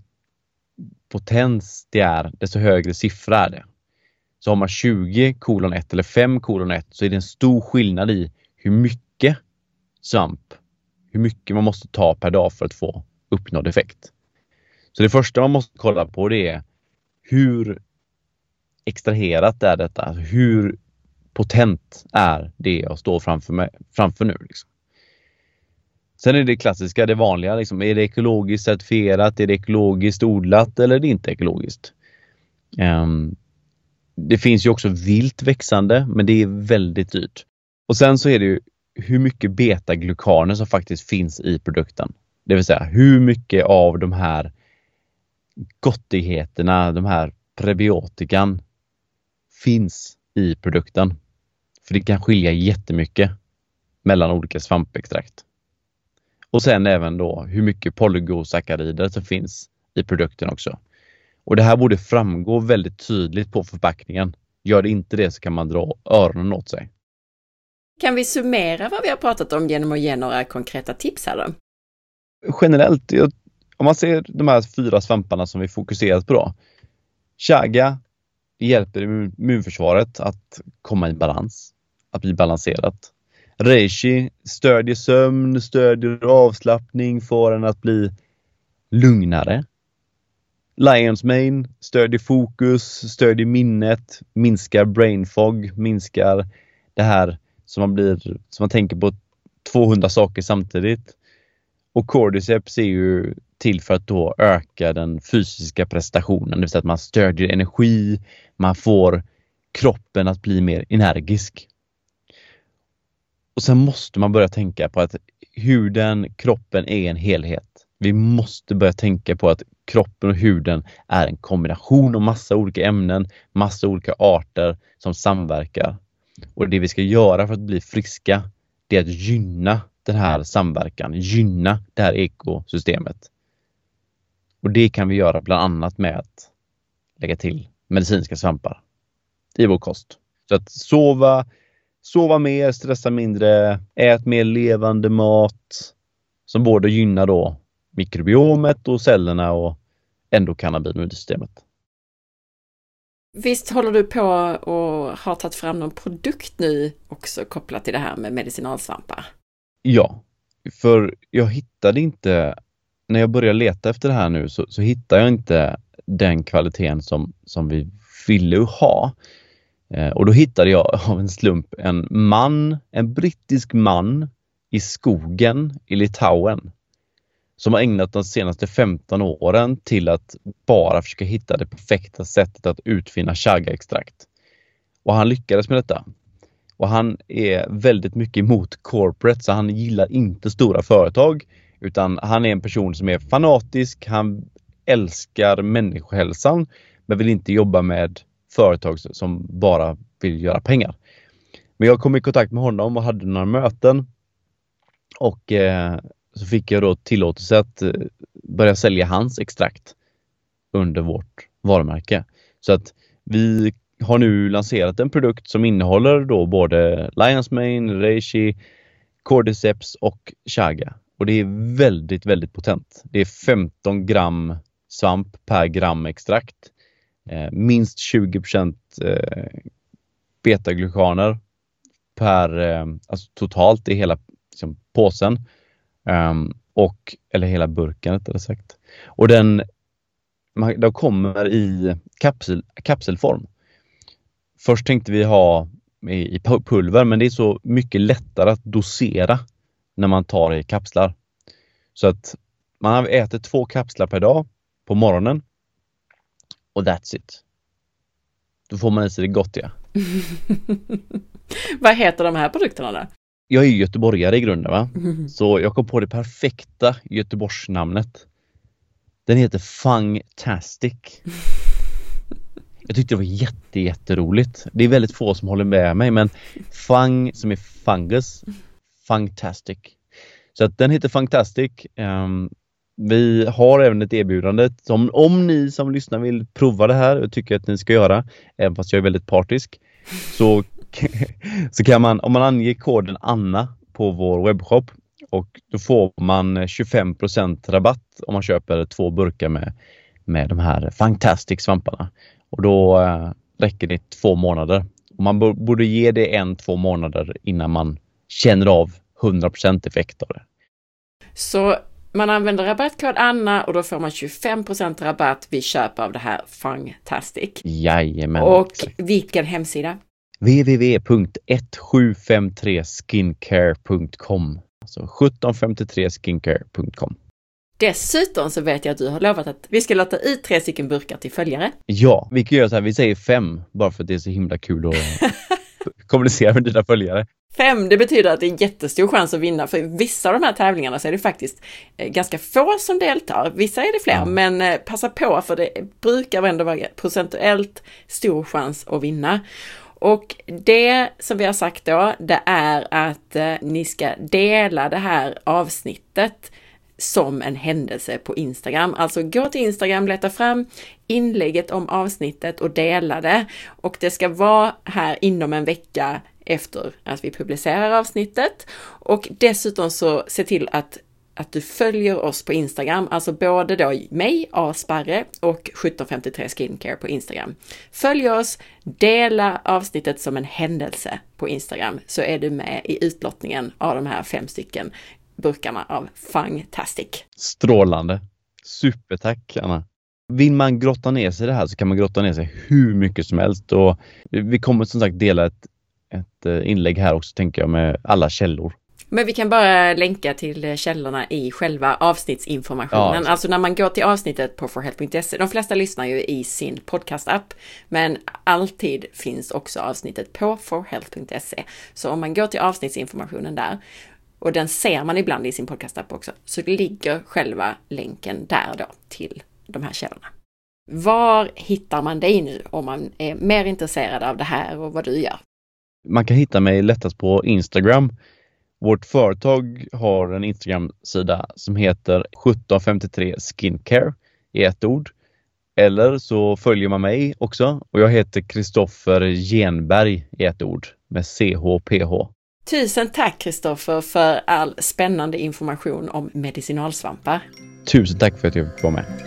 Speaker 1: potens det är, desto högre siffra är det. Så har man tjugo kolon ett eller fem kolon ett så är det en stor skillnad i hur mycket svamp, hur mycket man måste ta per dag för att få uppnådd effekt. Så det första man måste kolla på det är hur extraherat är detta, alltså hur potent är det jag står framför, mig, framför nu. Liksom. Sen är det klassiska, det vanliga, liksom, är det ekologiskt certifierat, är det ekologiskt odlat eller är det inte ekologiskt? Um, det finns ju också vilt växande, men det är väldigt dyrt. Och sen så är det ju hur mycket beta-glukaner som faktiskt finns i produkten. Det vill säga hur mycket av de här gottigheterna, de här prebiotikan finns i produkten. För det kan skilja jättemycket mellan olika svampextrakt. Och sen även då hur mycket polygosackarider som finns i produkten också. Och det här borde framgå väldigt tydligt på förpackningen. Gör det inte det så kan man dra öronen åt sig.
Speaker 2: Kan vi summera vad vi har pratat om genom att ge några konkreta tips här då?
Speaker 1: Generellt, om man ser de här fyra svamparna som vi fokuserat på då. Chaga hjälper immunförsvaret att komma i balans, att bli balanserat. Reishi stödjer sömn, stödjer avslappning, får en att bli lugnare. Lion's Mane stödjer fokus, stödjer minnet, minskar brain fog, minskar det här som man blir, som man tänker på tvåhundra saker samtidigt. Och Cordyceps är ju till för att då öka den fysiska prestationen, det vill säga att man stödjer energi, man får kroppen att bli mer energisk. Och sen måste man börja tänka på att huden, kroppen är en helhet. Vi måste börja tänka på att kroppen och huden är en kombination av massa olika ämnen, massa olika arter som samverkar. Och det vi ska göra för att bli friska, det är att gynna den här samverkan, gynna det här ekosystemet. Och det kan vi göra bland annat med att lägga till medicinska svampar i vår kost. Så att sova, sova mer, stressa mindre, ät mer levande mat som både gynnar då mikrobiomet och cellerna och endokannabinoidsystemet.
Speaker 2: Visst håller du på och har tagit fram någon produkt nu också kopplat till det här med medicinalsvampar?
Speaker 1: Ja, för jag hittade inte, när jag började leta efter det här nu så, så hittade jag inte den kvaliteten som, som vi ville ha. Eh, och då hittade jag av en slump en man, en brittisk man i skogen i Litauen som har ägnat de senaste femton åren till att bara försöka hitta det perfekta sättet att utvinna chaga-extrakt. Och han lyckades med detta. Och han är väldigt mycket emot corporate, så han gillar inte stora företag, utan han är en person som är fanatisk, han älskar människohälsan men vill inte jobba med företag som bara vill göra pengar. Men jag kom i kontakt med honom och hade några möten och eh, så fick jag då tillåtelse att eh, börja sälja hans extrakt under vårt varumärke. Så att vi har nu lanserat en produkt som innehåller då både Lion's Mane, Reishi, Cordyceps och Chaga. Och det är väldigt, väldigt potent. Det är femton gram svamp per gram extrakt. Eh, minst tjugo procent eh, betaglukaner per, eh, alltså totalt i hela liksom, påsen. Um, och, eller hela burken rättare sagt. Och den, den kommer i kapsel, kapselform. Först tänkte vi ha i, i pulver, men det är så mycket lättare att dosera när man tar i kapslar. Så att man äter två kapslar per dag på morgonen. Och that's it. Då får man i sig det gott, ja.
Speaker 2: Vad heter de här produkterna då?
Speaker 1: Jag är ju göteborgare i grunden, va? Mm. Så jag kom på det perfekta Göteborgsnamnet. Den heter Fangtastic. Jag tyckte det var jätte, jätteroligt. Det är väldigt få som håller med mig, men Fang som är fungus, Fangtastic. Så att den heter Fangtastic. Um, vi har även ett erbjudande. Om, om ni som lyssnar vill prova det här och tycker att ni ska göra, även fast jag är väldigt partisk, så så kan man, om man anger koden Anna på vår webbshop, och då får man tjugofem procent rabatt om man köper två burkar med, med de här Fangtastic svamparna. Och då äh, räcker det två månader. Och man b- borde ge det en, två månader innan man känner av hundra procent effekt av det.
Speaker 2: Så man använder rabattkod Anna och då får man tjugofem procent rabatt vid köp av det här Fangtastic.
Speaker 1: Jajamän.
Speaker 2: Och vilken hemsida?
Speaker 1: w w w punkt ett sju fem tre skincare punkt com. Alltså sjutton femtiotre skincare punkt com.
Speaker 2: Dessutom så vet jag att du har lovat att vi ska låta ut tre stycken burkar till följare.
Speaker 1: Ja, vi kan göra så här. Vi säger fem, bara för att det är så himla kul att kommunicera med dina följare.
Speaker 2: Fem, det betyder att det är jättestor chans att vinna. För vissa av de här tävlingarna så är det faktiskt ganska få som deltar. Vissa är det fler, ja. Men passa på, för det brukar ändå vara procentuellt stor chans att vinna. Och det som vi har sagt då, det är att eh, ni ska dela det här avsnittet som en händelse på Instagram. Alltså gå till Instagram, leta fram inlägget om avsnittet och dela det. Och det ska vara här inom en vecka efter att vi publicerar avsnittet. Och dessutom så se till att att du följer oss på Instagram, alltså både då mig, A-Sparre, och sjutton femtiotre Skincare på Instagram. Följ oss, dela avsnittet som en händelse på Instagram, så är du med i utlottningen av de här fem stycken burkarna av Fantastic.
Speaker 1: Strålande. Supertack, Anna. Vill man grotta ner sig i det här så kan man grotta ner sig hur mycket som helst. Och vi kommer som sagt dela ett, ett inlägg här också, tänker jag, med alla källor.
Speaker 2: Men vi kan bara länka till källorna i själva avsnittsinformationen. Ja. Alltså när man går till avsnittet på for health punkt se. De flesta lyssnar ju i sin podcast-app. Men alltid finns också avsnittet på for health punkt se. Så om man går till avsnittsinformationen där, och den ser man ibland i sin podcast-app också, så ligger själva länken där då till de här källorna. Var hittar man dig nu om man är mer intresserad av det här och vad du gör?
Speaker 1: Man kan hitta mig lättast på Instagram. Vårt företag har en Instagram-sida som heter sjutton femtiotre Skincare i ett ord. Eller så följer man mig också, och jag heter Kristoffer Genberg i ett ord med C H P H.
Speaker 2: Tusen tack Kristoffer för all spännande information om medicinalsvampar.
Speaker 1: Tusen tack för att jag fick vara med.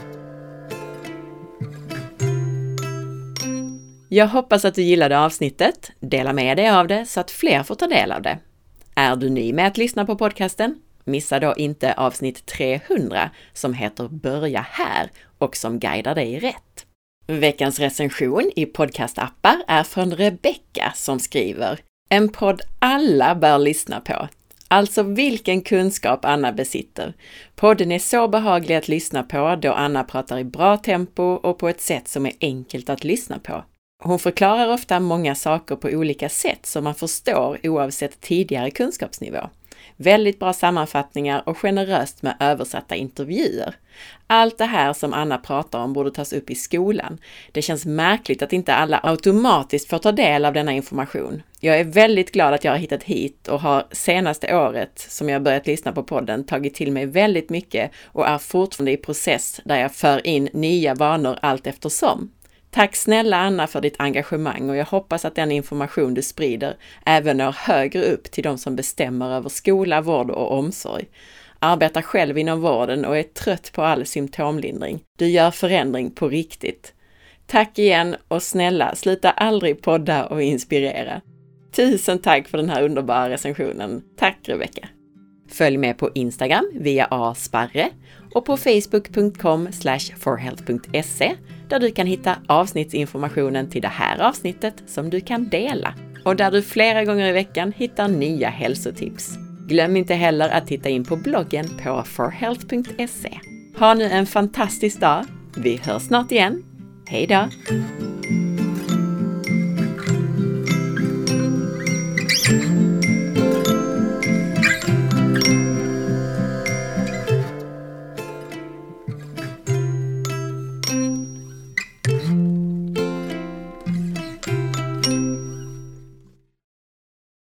Speaker 2: Jag hoppas att du gillade avsnittet. Dela med dig av det så att fler får ta del av det. Är du ny med att lyssna på podcasten? Missa då inte avsnitt trehundra som heter Börja här och som guidar dig rätt. Veckans recension i podcastappar är från Rebecca som skriver: en podd alla bör lyssna på. Alltså vilken kunskap Anna besitter. Podden är så behaglig att lyssna på då Anna pratar i bra tempo och på ett sätt som är enkelt att lyssna på. Hon förklarar ofta många saker på olika sätt som man förstår oavsett tidigare kunskapsnivå. Väldigt bra sammanfattningar och generöst med översatta intervjuer. Allt det här som Anna pratar om borde tas upp i skolan. Det känns märkligt att inte alla automatiskt får ta del av denna information. Jag är väldigt glad att jag har hittat hit och har senaste året som jag börjat lyssna på podden tagit till mig väldigt mycket och är fortfarande i process där jag för in nya vanor allt eftersom. Tack snälla Anna för ditt engagemang, och jag hoppas att den information du sprider även når högre upp till de som bestämmer över skola, vård och omsorg. Arbetar själv inom vården och är trött på all symptomlindring. Du gör förändring på riktigt. Tack igen, och snälla sluta aldrig podda och inspirera. Tusen tack för den här underbara recensionen. Tack Rebecca. Följ med på Instagram via A-Sparre och på facebook punkt com slash for health punkt se där du kan hitta avsnittsinformationen till det här avsnittet som du kan dela och där du flera gånger i veckan hittar nya hälsotips. Glöm inte heller att titta in på bloggen på for health punkt se. Ha nu en fantastisk dag. Vi hörs snart igen. Hej då!